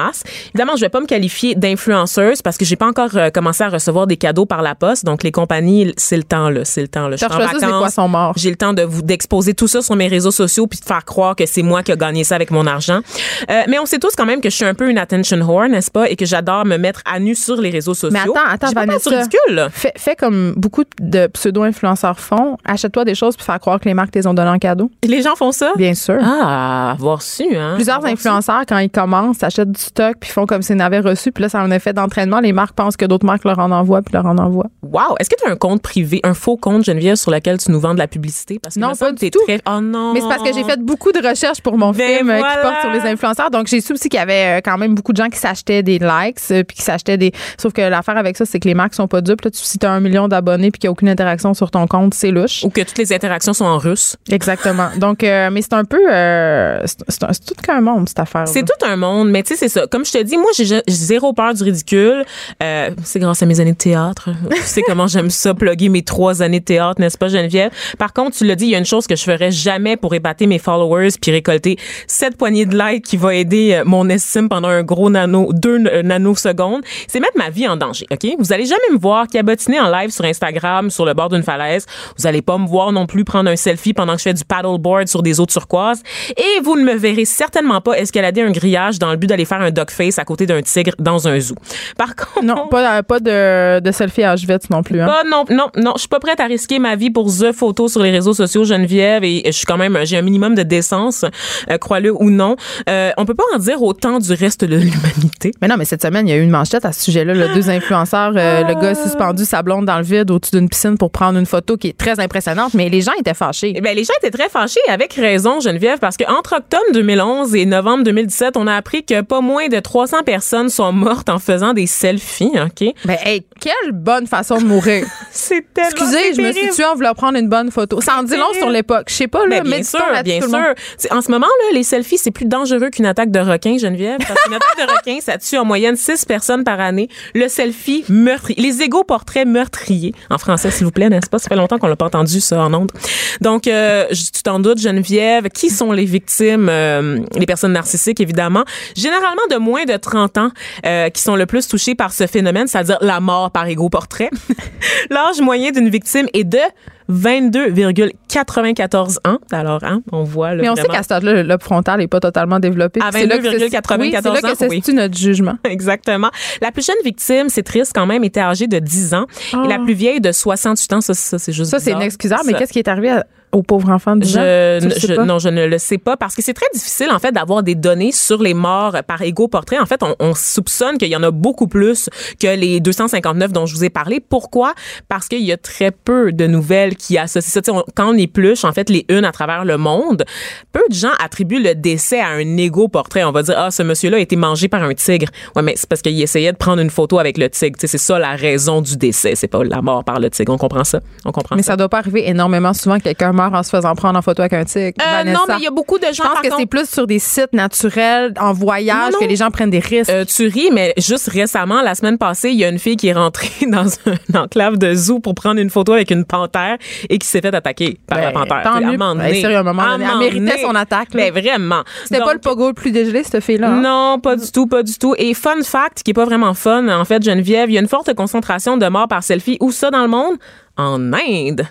évidemment, je vais pas me qualifier d'influenceuse parce que j'ai pas encore euh, commencé à recevoir des cadeaux par la poste. Donc, les compagnies, c'est le temps, là. C'est le temps, là. Je suis en vacances. Des poissons morts. J'ai le temps de vous, d'exposer tout ça sur mes réseaux sociaux puis de faire croire que c'est moi qui a gagné ça avec mon argent. Euh, mais on sait tous quand même que je suis un peu une attention whore, n'est-ce pas? Et que j'adore me mettre à nu sur les réseaux sociaux. Mais attends, attends, J'ai pas Vanessa. peur, c'est ridicule, là. Fais, fais comme beaucoup de pseudo-influenceurs font. Achète-toi des choses pour faire croire que les marques te les ont données en cadeau. Les gens font ça? Bien sûr. Ah, avoir su, hein? Plusieurs avoir influenceurs, su. Quand ils commencent, achètent du stock puis font comme s'ils n'avaient reçu. Puis là, ça a un effet d'entraînement. Les marques pensent que d'autres marques leur en envoient puis leur en envoient. Wow! Est-ce que tu as un compte privé, un faux compte, Geneviève, sur lequel tu nous vends de la publicité? Parce que non, pas du tout. Très... Oh non! Mais c'est parce que j'ai fait beaucoup de recherches pour mon ben film voilà. qui porte sur les influenceurs. Donc, j'ai su aussi qu'il y avait quand même beaucoup de gens qui s'achetaient des likes euh, puis qui s'achetaient des... Sauf que l'affaire avec ça, c'est que les marques sont pas dupes. Là, tu, si tu as un million d'abonnés puis qu'il n'y a aucune interaction sur ton compte, c'est louche. Ou que toutes les interactions sont en russe. Exactement. Donc, euh, mais c'est un peu... Euh, c'est, c'est, un, c'est tout qu'un monde, cette affaire. C'est tout un monde, mais tu sais, c'est ça. Comme je te dis, moi, j'ai, j'ai zéro peur du ridicule. Euh, c'est grâce à mes années de théâtre. Tu sais comment j'aime ça, plugger mes trois années de théâtre, n'est-ce pas, Geneviève? Par contre, tu l'as dit, il y a une chose que je ferais jamais pour épater mes followers puis récolter cette poignée de likes qui va aider mon estime pendant un gros nano, deux nanosecondes. C'est mettre ma vie en danger, OK? Vous allez jamais me voir cabotiner en live sur Instagram, sur le bord d'une falaise. Vous allez pas me voir non plus prendre un selfie pendant que je fais du paddleboard sur des eaux turquoises. Et vous ne me verrez certainement pas escalader un grillage dans le but d'aller faire un duck face à côté d'un tigre dans un zoo. Par contre... Non, pas, pas de, de selfie à Auschwitz non plus. Hein? Pas, non, non, non. Je suis pas prête à risquer ma vie pour The Photo sur les réseaux sociaux, Geneviève. Et je suis quand même... J'ai un minimum de décence, euh, crois-le ou non. Euh, on peut pas en dire autant du reste de l'humanité. Mais non, mais cette semaine, il y a eu une manchette à ce sujet-là. Là, deux influenceurs, euh, le gars a suspendu sa blonde dans le vide au-dessus d'une piscine pour prendre une photo qui est très impressionnante, mais les gens étaient fâchés. Eh bien, les gens étaient très fâchés, avec raison, Geneviève, parce qu'entre octobre deux mille onze et novembre deux mille dix-sept, on a appris que pas moins de trois cents personnes sont mortes en faisant des selfies, OK? Ben, hey, quelle bonne façon de mourir. C'est tellement Excusez, c'est je me terrible. suis tuée en voulant prendre une bonne photo. Ça en dit long sur l'époque. Je sais pas, là, mais bien sûr, bien sûr. C'est, en ce moment, là, les selfies, c'est plus dangereux qu'une attaque de requin, Geneviève, parce qu'une attaque de requin, ça tue en moyenne six personnes par année. Le selfie meurtrier, les égaux portraits meurtriers, en français, s'il vous plaît, n'est-ce pas? Ça fait longtemps qu'on l'a pas entendu, ça, en ondes. Donc, euh, tu t'en doutes, Geneviève, qui sont les victimes? Euh, les personnes narcissiques, évidemment. Généralement de moins de trente ans, euh, qui sont le plus touchées par ce phénomène, c'est-à-dire la mort par égaux portrait. L'âge moyen d'une victime est de vingt-deux virgule quatre-vingt-quatorze ans. Alors, hein, on voit... Là, mais on vraiment... sait qu'à ce stade-là, le lobe frontal n'est pas totalement développé. À vingt-deux virgule quatre-vingt-quatorze ans, oui, c'est là que c'est oui. notre jugement. Exactement. La plus jeune victime, c'est triste quand même, était âgée de dix ans. Oh. Et la plus vieille de soixante-huit ans, ça, ça c'est juste Ça, bizarre. c'est inexcusable. Mais qu'est-ce qui est arrivé à... aux pauvres enfants de je, je, non, je ne le sais pas parce que c'est très difficile en fait d'avoir des données sur les morts par égaux portrait. En fait, on, on soupçonne qu'il y en a beaucoup plus que les deux cent cinquante-neuf dont je vous ai parlé. Pourquoi? Parce qu'il y a très peu de nouvelles qui associent ça. T'sais, on, quand on épluche en fait les unes à travers le monde, peu de gens attribuent le décès à un égaux portrait. On va dire ah ce monsieur-là a été mangé par un tigre. Ouais, mais c'est parce qu'il essayait de prendre une photo avec le tigre. T'sais, c'est ça la raison du décès. C'est pas la mort par le tigre. On comprend ça. On comprend. Mais ça. ça doit pas arriver énormément souvent que quelqu'un meurt en se faisant prendre en photo avec un tigre. Euh, non, mais il y a beaucoup de gens. Je pense par que contre, c'est plus sur des sites naturels, en voyage, non, non. que les gens prennent des risques. Euh, tu ris, mais juste récemment, la semaine passée, il y a une fille qui est rentrée dans un enclave de zoo pour prendre une photo avec une panthère et qui s'est fait attaquer par ben, la panthère. Tant mieux. Ben, sérieux, à un moment donné, elle méritait son attaque. Mais ben, vraiment. C'était Donc, pas le pogo le plus dégelé, cette fille-là. Hein? Non, pas du tout, pas du tout. Et fun fact, qui est pas vraiment fun, en fait, Geneviève, il y a une forte concentration de morts par selfie. Où ça dans le monde? En Inde.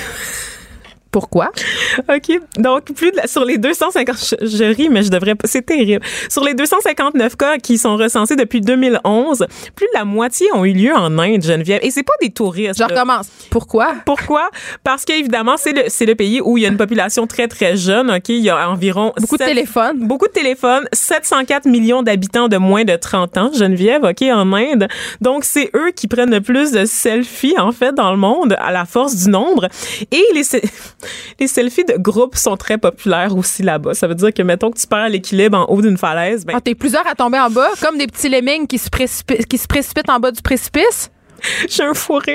Pourquoi? OK. Donc, plus de la, sur les deux cent cinquante... Je, je ris, mais je devrais pas... C'est terrible. Sur les deux cent cinquante-neuf cas qui sont recensés depuis deux mille onze, plus de la moitié ont eu lieu en Inde, Geneviève. Et c'est pas des touristes. Je recommence. Pourquoi? Pourquoi? Parce qu'évidemment, c'est le, c'est le pays où il y a une population très, très jeune. OK? Il y a environ... Beaucoup sept, de téléphones. Beaucoup de téléphones. sept cent quatre millions d'habitants de moins de trente ans, Geneviève, OK, en Inde. Donc, c'est eux qui prennent le plus de selfies, en fait, dans le monde, à la force du nombre. Et les... Les selfies de groupe sont très populaires aussi là-bas. Ça veut dire que, mettons que tu perds l'équilibre en haut d'une falaise. Ben... Ah, t'es plusieurs à tomber en bas, comme des petits lemmings qui se, précipi- qui se précipitent en bas du précipice? J'ai un fou rire.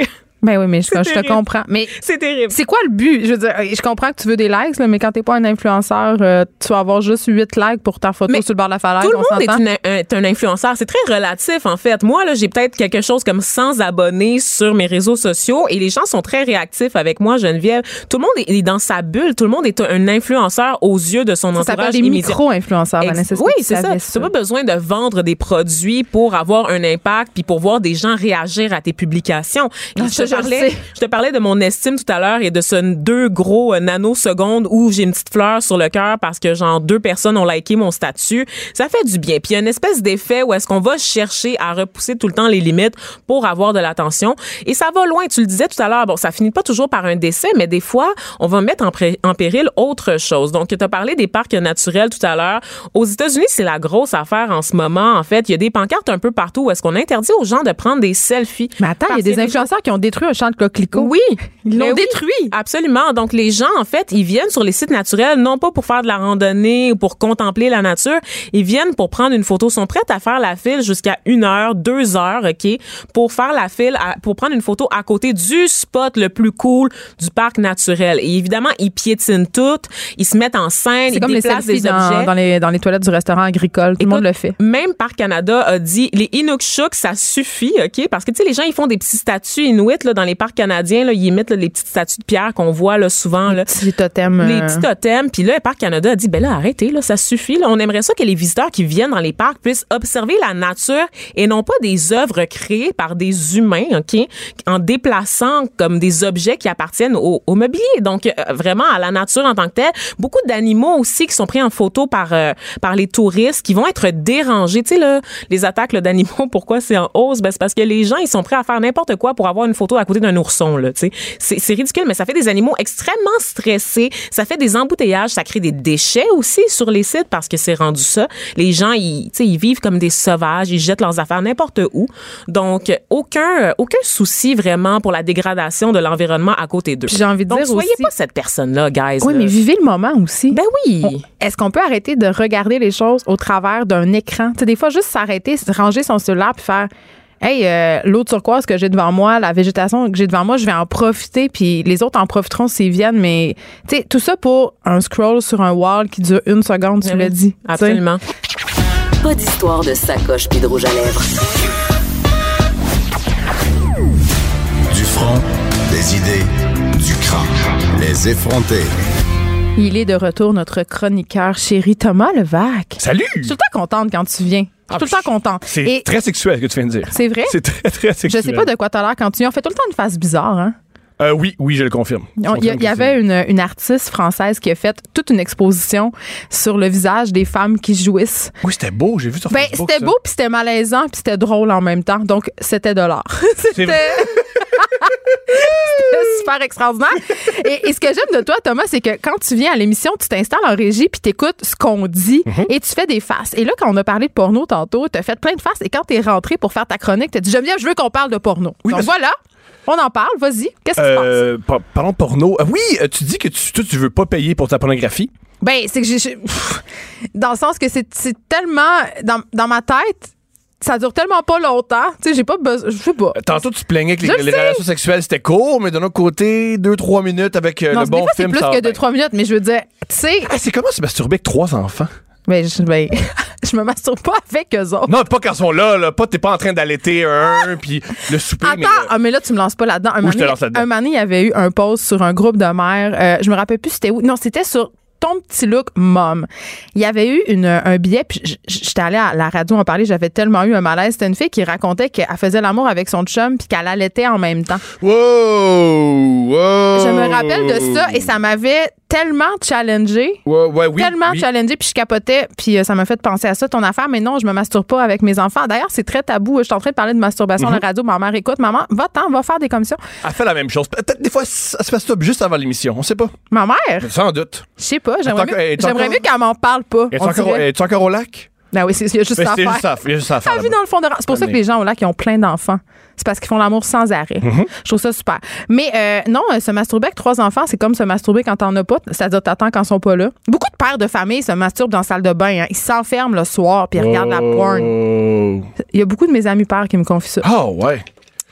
Ben oui, mais je, je te terrible. comprends. Mais C'est terrible. c'est quoi le but? Je veux dire, je comprends que tu veux des likes, là, mais quand t'es pas un influenceur, euh, tu vas avoir juste huit likes pour ta photo Mais sur le bord de la falaise. Tout le on monde est, s'entend? une, un, est un influenceur. C'est très relatif, en fait. Moi, là, j'ai peut-être quelque chose comme cent abonnés sur mes réseaux sociaux et les gens sont très réactifs avec moi, Geneviève. Tout le monde est, est dans sa bulle. Tout le monde est un influenceur aux yeux de son Ça entourage s'appelle des immédiat. micro-influenceurs, Ex- Vanessa. oui, c'est ça. Tu n'as pas besoin de vendre des produits pour avoir un impact puis pour voir des gens réagir à tes publications. Et Ah, je, ça, te je le parlais, sais. je te parlais de mon estime tout à l'heure et de ce deux gros euh, nanosecondes où j'ai une petite fleur sur le cœur parce que genre deux personnes ont liké mon statut. Ça fait du bien. Puis il y a une espèce d'effet où est-ce qu'on va chercher à repousser tout le temps les limites pour avoir de l'attention. Et ça va loin. Tu le disais tout à l'heure. Bon, ça finit pas toujours par un décès, mais des fois, on va mettre en, pré- en péril autre chose. Donc, tu as parlé des parcs naturels tout à l'heure. Aux États-Unis, c'est la grosse affaire en ce moment. En fait, il y a des pancartes un peu partout où est-ce qu'on interdit aux gens de prendre des selfies. Mais attends, il y a des influenceurs qui ont détruit un champ de coquelicots. Oui. Ils l'ont Ben oui, détruit. Absolument. Donc, les gens, en fait, ils viennent sur les sites naturels, non pas pour faire de la randonnée ou pour contempler la nature. Ils viennent pour prendre une photo. Ils sont prêts à faire la file jusqu'à une heure, deux heures, OK, pour faire la file, à- pour prendre une photo à côté du spot le plus cool du parc naturel. Et évidemment, ils piétinent tout. Ils se mettent en scène. C'est Ils comme les déplacent selfies des dans, objets. dans, les, dans les toilettes du restaurant agricole. Tout le monde le fait. Même Parc Canada a dit les Inukshuk, ça suffit, OK? Parce que, tu sais, les gens, ils font des petits statues inuits là, dans les parcs canadiens. Là, ils mettent là, les petites statues de pierre qu'on voit là, souvent. Là. Petits totems. Les euh, petits totems. Puis là, Parc Canada a dit, ben là, arrêtez, là, ça suffit. Là. On aimerait ça que les visiteurs qui viennent dans les parcs puissent observer la nature et non pas des œuvres créées par des humains, OK? En déplaçant comme des objets qui appartiennent au, au mobilier. Donc, euh, vraiment, à la nature en tant que telle. Beaucoup d'animaux aussi qui sont pris en photo par, euh, par les touristes qui vont être dérangés. Tu sais, là, les attaques là, d'animaux, pourquoi c'est en hausse? Ben, c'est parce que les gens, ils sont prêts à faire n'importe quoi pour avoir une photo à côté d'un ourson, là, tu sais. C'est, c'est ridicule, mais ça fait des animaux extrêmement stressés. Ça fait des embouteillages. Ça crée des déchets aussi sur les sites parce que c'est rendu ça. Les gens, ils, tu sais, ils vivent comme des sauvages. Ils jettent leurs affaires n'importe où. Donc, aucun, aucun souci vraiment pour la dégradation de l'environnement à côté d'eux. Puis j'ai envie de Donc, dire soyez aussi- pas cette personne-là, guys. Oui, là. mais vivez le moment aussi. Ben oui. On- Est-ce qu'on peut arrêter de regarder les choses au travers d'un écran? Tu sais, des fois, juste s'arrêter, se ranger son cellulaire puis faire hey, euh, l'eau turquoise que j'ai devant moi, la végétation que j'ai devant moi, je vais en profiter, puis les autres en profiteront s'ils viennent. Mais, tu sais, tout ça pour un scroll sur un wall qui dure une seconde, tu Ben l'as oui. dit. Absolument. Pas d'histoire de sacoche puis de rouge à lèvres. Du front, des idées, du crâne. Les effronter. Il est de retour, notre chroniqueur chéri Thomas Levac. Salut! Je suis tout le temps contente quand tu viens. Je suis tout le temps contente. C'est Et très sexuel ce que tu viens de dire. c'est vrai? C'est très, très Je sexuel. sais pas de quoi t'as l'air quand tu viens. On fait tout le temps une face bizarre, hein? Euh, oui, oui, je le confirme. Je On- Il y, a- confirme il y que avait une, une artiste française qui a fait toute une exposition sur le visage des femmes qui jouissent. c'est- Oui, c'était beau, j'ai vu sur Ben, Facebook. c'était ça. beau, puis c'était malaisant, puis c'était drôle en même temps. Donc, c'était de l'art. C'était vrai. c'était super extraordinaire. Et, et ce que j'aime de toi, Thomas, c'est que quand tu viens à l'émission, tu t'installes en régie, puis t'écoutes ce qu'on dit, Mhm. et tu fais des faces. Et là, quand on a parlé de porno tantôt, t'as fait plein de faces, et quand t'es rentré pour faire ta chronique, t'as dit, Geneviève, je veux qu'on parle de porno. Oui, Donc, parce- voilà. On en parle, vas-y. Qu'est-ce qui se passe? Euh, par- parlons de porno. Ah oui, euh, tu dis que tu, toi, tu veux pas payer pour ta pornographie. Ben, c'est que j'ai. j'ai- pff, dans le sens que c'est c'est tellement. Dans, dans ma tête, ça dure tellement pas longtemps. Tu sais, j'ai pas besoin. Je sais pas. Euh, Tantôt, tu te plaignais que les, Je les sais. relations sexuelles, c'était court, mais d'un autre côté, deux trois minutes avec euh, Non, le des bon fois, c'est film. plus ça va que deux bien. trois minutes, mais je veux dire, tu sais. Ah, c'est comment se masturber avec trois enfants? Ben, je, ben, je me masturbe pas avec eux autres. Non, pas quand ils sont là, là. Pas, t'es pas en train d'allaiter un, puis le souper, Attends, mais... euh, ah, mais là, tu me lances pas là-dedans. Un Où moment je te donné- lance là-dedans? un moment donné, il y avait eu un post sur un groupe de mères. Euh, je me rappelle plus c'était où. Non, c'était sur ton petit look mom. Il y avait eu une, un billet, puis j- j- j'étais allée à la radio en parler, j'avais tellement eu un malaise. C'était une fille qui racontait qu'elle faisait l'amour avec son chum puis qu'elle allaitait en même temps. Wow! Wow! Je me rappelle de ça et ça m'avait tellement challengée. Ouais, ouais, oui, tellement oui. challengée, puis je capotais, puis euh, ça m'a fait penser à ça, ton affaire, mais non, je me masturbe pas avec mes enfants. D'ailleurs, c'est très tabou. Je suis en train de parler de masturbation à la radio, ma mère écoute. Maman, va-t'en, va faire des commissions. Elle fait la même chose. Peut-être des fois, ça se passe juste avant l'émission. On sait pas. Ma mère, Sans doute. je sais pas, j'aimerais Est-ce mieux, encore- est-ce j'aimerais encore- mieux qu'elle m'en parle pas. Es-tu on encore, dirait. es-tu encore au lac? Ben oui, c'est il y a juste Ben, ça à c'est faire. juste ça. Il y a juste ça à faire. Elle vit là-bas. dans le fond de C'est pour ça que Mais- les gens au lac, ils ont plein d'enfants. C'est parce qu'ils font l'amour sans arrêt. Mm-hmm. Je trouve ça super. Mais euh, non, euh, se masturber avec trois enfants, c'est comme se masturber quand t'en as pas. C'est-à-dire t'attends quand ils sont pas là. Beaucoup de pères de famille se masturbent dans la salle de bain. Hein. Ils s'enferment le soir puis ils regardent la porn. Oh. Il y a beaucoup de mes amis pères qui me confient ça. Ah, ouais.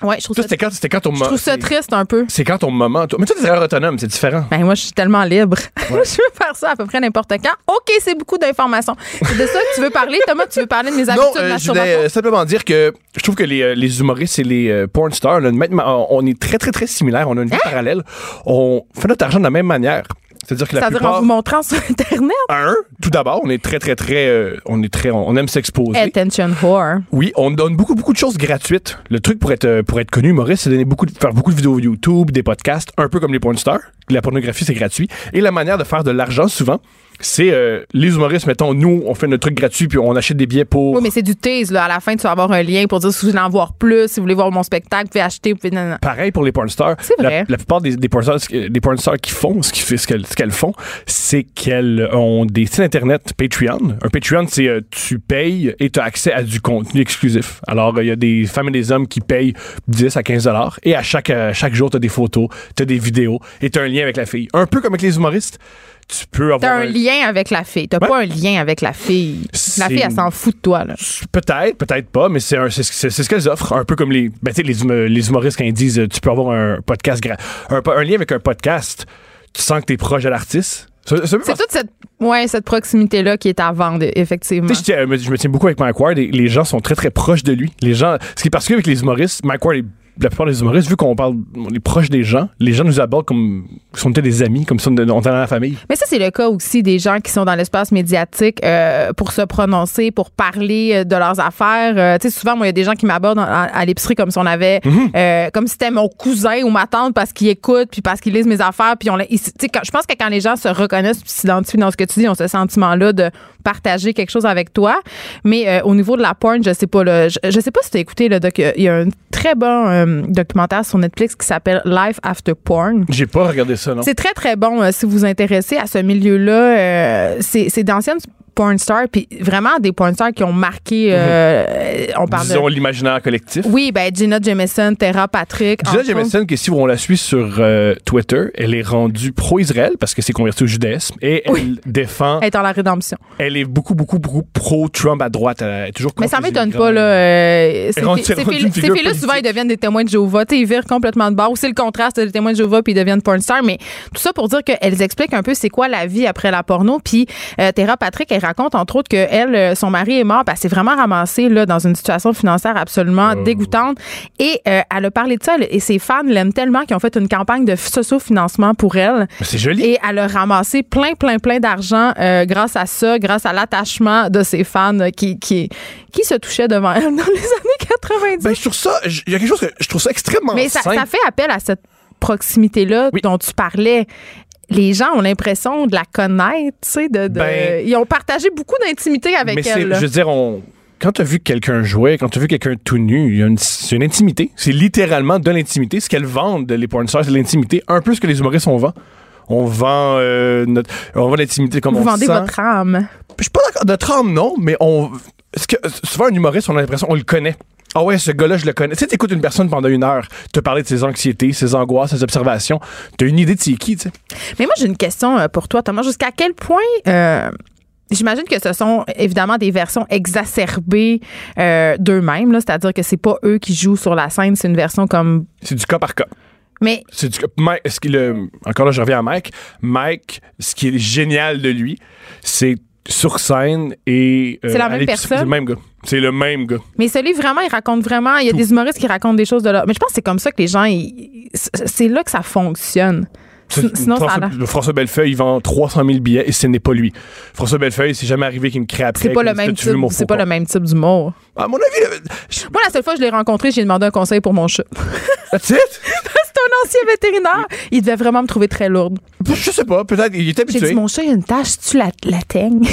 Ouais, je trouve Toi, ça. c'était quand, c'était quand ton Je moment. trouve ça triste un peu. C'est quand ton moment. toi- Mais toi, t'es travailleur autonome, c'est différent. Ben moi, je suis tellement libre. je veux faire ça à peu près n'importe quand. OK, c'est beaucoup d'informations. C'est de ça que tu veux parler. Thomas, tu veux parler de mes habitudes Non, euh, je masturbatoires? voulais euh, simplement dire que je trouve que les, euh, les humoristes et les euh, porn stars, là, maintenant, on est très, très, très similaires. On a une vie parallèle. On fait notre argent de la même manière. C'est-à-dire que la C'est-à-dire plupart... en vous montrant sur Internet? Un, tout d'abord, on est très, très, très... euh, on est très... On aime s'exposer. Attention whore. Oui, on donne beaucoup, beaucoup de choses gratuites. Le truc pour être, euh, pour être connu humoriste, c'est donner beaucoup de, faire beaucoup de vidéos YouTube, des podcasts, un peu comme les porn stars. La pornographie, c'est gratuit. Et la manière de faire de l'argent, souvent, c'est euh, les humoristes, mettons, nous, on fait notre truc gratuit, puis on achète des billets pour... Oui, mais c'est du tease, là. À la fin, tu vas avoir un lien pour dire si vous voulez en voir plus, si vous voulez voir mon spectacle, vous pouvez acheter, vous pouvez... non, non. Pareil pour les porn stars. C'est vrai. La, la plupart des, des, porn stars, des porn stars qui font, ce, qui fait, ce, qu'elles, ce qu'elles font, c'est qu'elles ont des sites Internet Patreon. Un Patreon, c'est euh, tu payes et tu as accès à du contenu exclusif. Alors, il euh, y a des femmes et des hommes qui payent dix à quinze dollars et à chaque, euh, chaque jour, tu as des photos, tu as des vidéos et tu as un lien avec la fille. Un peu comme avec les humoristes. Tu peux avoir T'as un un lien avec la fille. T'as Ouais. pas un lien avec la fille. C'est- La fille, elle s'en fout de toi, là. Peut-être, peut-être pas, mais c'est, un, c'est, c'est, c'est ce qu'elles offrent. Un peu comme les, ben, tu sais, les, hum- les humoristes quand ils disent euh, tu peux avoir un podcast, gra- un, un lien avec un podcast, tu sens que t'es proche de l'artiste. C'est, c'est, C'est toute cette, ouais, cette proximité-là qui est à vendre, effectivement. Tu sais, je, tiens- je me tiens beaucoup avec Mike Ward et les gens sont très, très proches de lui. Les gens, ce qui est particulier avec les humoristes, Mike Ward est la plupart des humoristes, vu qu'on parle, on est proche des gens, les gens nous abordent comme si on était des amis, comme si on était dans la famille. Mais ça, c'est le cas aussi des gens qui sont dans l'espace médiatique euh, pour se prononcer, pour parler euh, de leurs affaires. Euh, tu sais, souvent, moi, il y a des gens qui m'abordent à, à l'épicerie comme si on avait, Mm-hmm. euh, comme si c'était mon cousin ou ma tante parce qu'ils écoutent puis parce qu'ils lisent mes affaires. Puis on, les- ils- tu sais, quand- je pense que quand les gens se reconnaissent puis s'identifient dans ce que tu dis, ils ont ce sentiment-là de partager quelque chose avec toi. Mais euh, au niveau de la porn, je sais pas, là, je, je sais pas si tu as écouté le doc. Il y a un très bon euh, documentaire sur Netflix qui s'appelle Life After Porn. J'ai pas regardé ça, non? C'est très, très bon euh, si vous vous intéressez à ce milieu-là. Euh, c'est, c'est d'anciennes porn stars, puis vraiment des porn stars qui ont marqué. Euh, on parle Disons de. l'imaginaire collectif. Oui, ben Gina Jameson, Tara Patrick. Gina entre Jameson, que si on la suit sur euh, Twitter, elle est rendue pro-Israël parce que c'est convertie au judaïsme et elle Oui. défend. autres, est dans la rédemption. Elle est beaucoup, beaucoup, beaucoup pro-Trump à droite. Elle est toujours Mais contre ça les m'étonne immigrants. pas, là. Euh, ces rendu- fi- ces c'est rendu filles- une ces figure filles-là, souvent, ils politique. deviennent des témoins de Jéhovah. Tu sais, ils virent complètement de bord. Ou c'est le contraste des témoins de Jéhovah, puis ils deviennent porn stars. Mais tout ça pour dire qu'elles expliquent un peu c'est quoi la vie après la porno. Puis euh, Tara Patrick, elle raconte, entre autres, que elle, euh, son mari est mort, puis elle s'est vraiment ramassée là, dans une situation financière absolument Oh. dégoûtante. Et euh, elle a parlé de ça, et ses fans l'aiment tellement qu'ils ont fait une campagne de socio-financement pour elle. Mais c'est joli. Et elle a ramassé plein, plein, plein d'argent euh, grâce à ça, grâce à l'attachement de ses fans euh, qui, qui, qui se touchaient devant elle dans les années quatre-vingt-dix. Ben, je trouve ça, je- il y a quelque chose que je trouve ça extrêmement Mais ça, simple. ça fait appel à cette proximité-là Oui. dont tu parlais. Les gens ont l'impression de la connaître, tu sais, de, de- Ben, ils ont partagé beaucoup d'intimité avec Mais c'est, elle. là. je veux dire, on, quand tu as vu quelqu'un jouer, quand tu as vu quelqu'un tout nu, il y a une, c'est une intimité. C'est littéralement de l'intimité. Ce qu'elles vendent, les porn stars, c'est de l'intimité. Un peu ce que les humoristes, on vend. On vend, euh, notre, on vend l'intimité comme Vous on vendez sent. votre âme. Je suis pas d'accord. Notre âme, non, mais on. Ce que, souvent, un humoriste, on a l'impression on le connaît. Ah ouais, ce gars-là, je le connais. Tu sais, t'écoutes une personne pendant une heure, te parler de ses anxiétés, ses angoisses, ses observations. T'as une idée de c'est qui, tu sais. Mais moi, j'ai une question euh, pour toi, Thomas. Jusqu'à quel point... euh, J'imagine que ce sont évidemment des versions exacerbées euh, d'eux-mêmes, là, c'est-à-dire que c'est pas eux qui jouent sur la scène, c'est une version comme. C'est du cas par cas. Mais C'est du cas. Mike, ce qui le, encore là, je reviens à Mike. Mike, ce qui est génial de lui, c'est sur scène et. euh, C'est la à même l'épicerie, personne? C'est le même gars. C'est le même gars. Mais ce livre, vraiment, il raconte vraiment. Il y a Tout. des humoristes qui racontent des choses de là. Mais je pense que c'est comme ça que les gens. Ils, c'est là que ça fonctionne. C'est- Sinon, ça a François, l'air- le François Bellefeuille, il vend trois cent mille billets et ce n'est pas lui. François Bellefeuille, c'est jamais arrivé qu'il me crée après. C'est pas qu'il le me même dise, Tu veux type. mon C'est pas faucon? le même type d'humour. À mon avis, euh, je- Moi, la seule fois que je l'ai rencontré, j'ai demandé un conseil pour mon chat. that's it? C'est un ancien vétérinaire. Il devait vraiment me trouver très lourde. Je sais pas, peut-être, il est J'ai habitué. dit, mon chat, il a une tache, tu la, la teignes.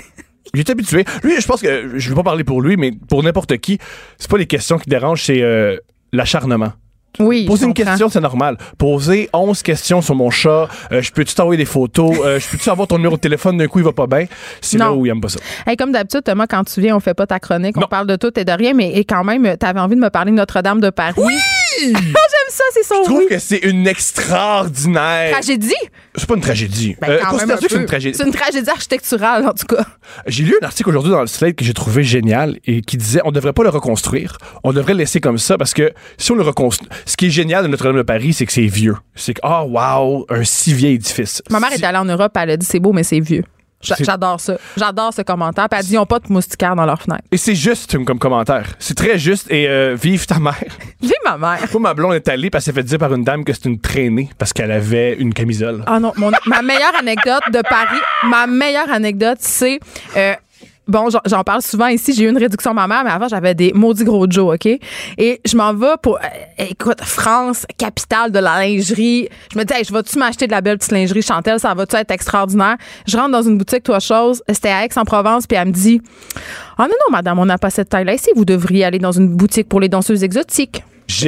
Il est habitué. Lui, je pense que, je vais pas parler pour lui, mais pour n'importe qui, c'est pas les questions qui dérangent, c'est euh, l'acharnement. Oui. Poser je une comprends. question, c'est normal. Poser onze questions sur mon chat, euh, je peux-tu t'envoyer des photos, euh, je peux-tu avoir ton numéro de téléphone d'un coup, il va pas bien, c'est Non. là où il aime pas ça. Hey, comme d'habitude, Thomas, quand tu viens, on fait pas ta chronique, Non. on parle de tout et de rien, mais et quand même, t'avais envie de me parler de Notre-Dame de Paris. Oui! J'aime ça, c'est son Je trouve oui. que c'est une extraordinaire... Tragédie? C'est pas une tragédie. Ben, Euh, quand même un considères-tu que c'est peu. une tragédie? C'est une tragédie architecturale, en tout cas. J'ai lu un article aujourd'hui dans le Slate que j'ai trouvé génial et qui disait on devrait pas le reconstruire. On devrait le laisser comme ça parce que si on le reconstruit... Ce qui est génial de Notre-Dame de Paris, c'est que c'est vieux. C'est que, oh, wow, un si vieil édifice. Ma mère Si- est allée en Europe, elle a dit c'est beau, mais c'est vieux. J'a- C'est- J'adore ça. J'adore ce commentaire. Puis elle dit ils n'ont pas de moustiquaires dans leur fenêtre. Et c'est juste comme commentaire. C'est très juste. Et euh, vive ta mère. Vive ma mère. Moi, ma blonde est allée parce qu'elle s'est fait dire par une dame que c'était une traînée parce qu'elle avait une camisole. Ah non, mon- ma meilleure anecdote de Paris, ma meilleure anecdote, c'est... euh, Bon, j'en- j'en parle souvent ici. J'ai eu une réduction mammaire, mais avant, j'avais des maudits gros Joe, OK? Et je m'en vais pour... euh, écoute, France, capitale de la lingerie. Je me dis, hey, je vais-tu m'acheter de la belle petite lingerie Chantel? Ça va-tu être extraordinaire? Je rentre dans une boutique, toi, chose. C'était à Aix-en-Provence, puis elle me dit, ah non, non, madame, on n'a pas cette taille-là ici. Vous devriez aller dans une boutique pour les danseuses exotiques.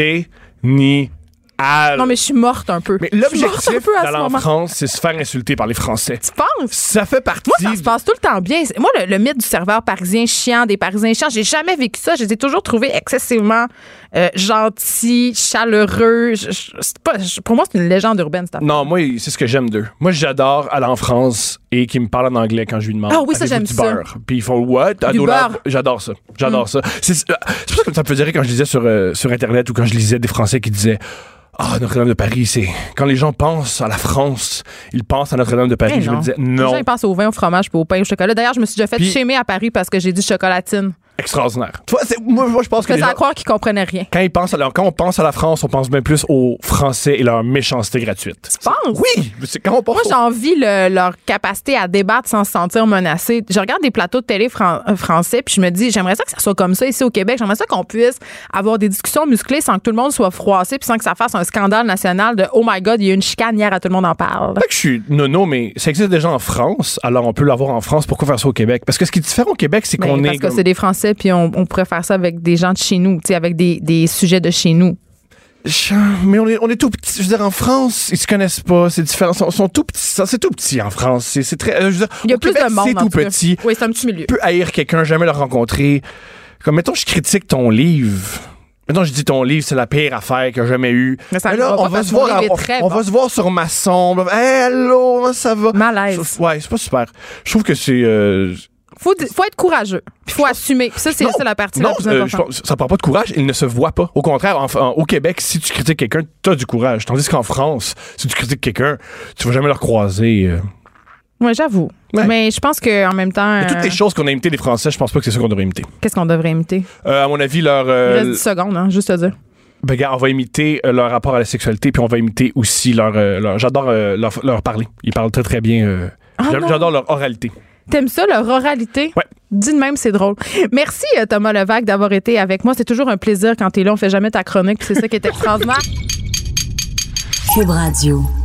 Génial. Non, mais je suis morte un peu. Mais Je suis morte l'objectif un peu à ce d'aller en moment. France, c'est se faire insulter par les Français. Tu penses? Ça fait partie... Moi, ça se passe tout le temps bien. C'est- Moi, le, le mythe du serveur parisien chiant, des Parisiens chiants, j'ai jamais vécu ça. Je les ai toujours trouvés excessivement euh, gentils, chaleureux. Je- je- c'est pas, je- pour moi, c'est une légende urbaine, cette affaire. Non, moi, c'est ce que j'aime d'eux. Moi, j'adore aller en France et qu'ils me parlent en anglais quand je lui demande. Ah oui, ça, avez-vous j'aime du ça. beurre? Puis ils font what? I Du don't beurre. have- J'adore ça. J'adore ça. C'est c'est pour ça que ça me faisait rire quand je lisais sur, euh, sur Internet ou quand je lisais des Français qui disaient ah, Notre-Dame de Paris, c'est. Quand les gens pensent à la France, ils pensent à Notre-Dame de Paris. Mais Je non. me disais Les non. gens, ils pensent au vin, au fromage, puis au pain, au chocolat. D'ailleurs, je me suis déjà fait Puis- chémer à Paris parce que j'ai dit chocolatine. Extraordinaire. Tu vois, c'est- moi, moi, je pense Je que. les faisais à gens- croire qu'ils comprenaient rien. Quand, ils pensent à la- quand on pense à la France, on pense bien plus aux Français et leur méchanceté gratuite. Tu penses? Oui! C'est quand on pense Moi, aux- j'envie le- leur capacité à débattre sans se sentir menacé. Je regarde des plateaux de télé fran- euh, français, puis je me dis, j'aimerais ça que ça soit comme ça ici au Québec. J'aimerais ça qu'on puisse avoir des discussions musclées sans que tout le monde soit froissé, puis sans que ça fasse un scandale national de oh my God, il y a une chicane hier, à tout le monde en parle. Pas que je suis nono, mais ça existe déjà en France, alors on peut l'avoir en France. Pourquoi faire ça au Québec? Parce que ce qui est différent au Québec, c'est Ben, qu'on parce est. que comme- c'est des Français, puis on, on pourrait faire ça avec des gens de chez nous, tu sais, avec des, des sujets de chez nous. Je- Mais on est, on est tout petit. Je veux dire, en France, ils se connaissent pas. C'est différent. Ils sont, sont tout petits. Ça, C'est tout petit en France. C'est c'est très. euh, Je veux dire, Il y a au plus Québec, de monde. c'est en tout tout cas. petit. Oui, c'est un petit milieu. Tu peux haïr quelqu'un, jamais le rencontrer. Comme, mettons, je critique ton livre. Mettons, je dis ton livre, c'est la pire affaire que j'ai jamais eue. Mais ça là, arrivera on pas va parce se que mon voir, livre est on, très on bon. va se voir sur maçon. Hey, allô, comment ça va? Malaise. Je- Ouais, c'est pas super. Je trouve que c'est. euh, Faut, faut être courageux, puis faut assumer. Puis ça, c'est Non, ça la partie non, la plus euh, importante. je pense- ça prend pas de courage, il ne se voit pas. Au contraire, en- en- au Québec, si tu critiques quelqu'un, t'as du courage. Tandis qu'en France, si tu critiques quelqu'un, tu vas jamais le recroiser. euh. Oui, j'avoue. Ouais. Mais je pense qu'en même temps, Mais toutes euh, les choses qu'on a imitées des Français, je pense pas que c'est ça qu'on devrait imiter. qu'est-ce qu'on devrait imiter? Euh, à mon avis, leur. Il euh, reste dix secondes, hein, juste à dire. ben, gars, on va imiter euh, leur rapport à la sexualité, puis on va imiter aussi leur. euh, leur- J'adore euh, leur, leur parler. Ils parlent très, très bien. euh, Ah j'a- non. J'adore leur oralité. T'aimes ça, leur oralité? Ouais. Dis de même, c'est drôle. Merci, euh, Thomas Levac, d'avoir été avec moi. C'est toujours un plaisir quand t'es là. On fait jamais ta chronique, puis c'est ça qui est extraordinaire. Cube Radio.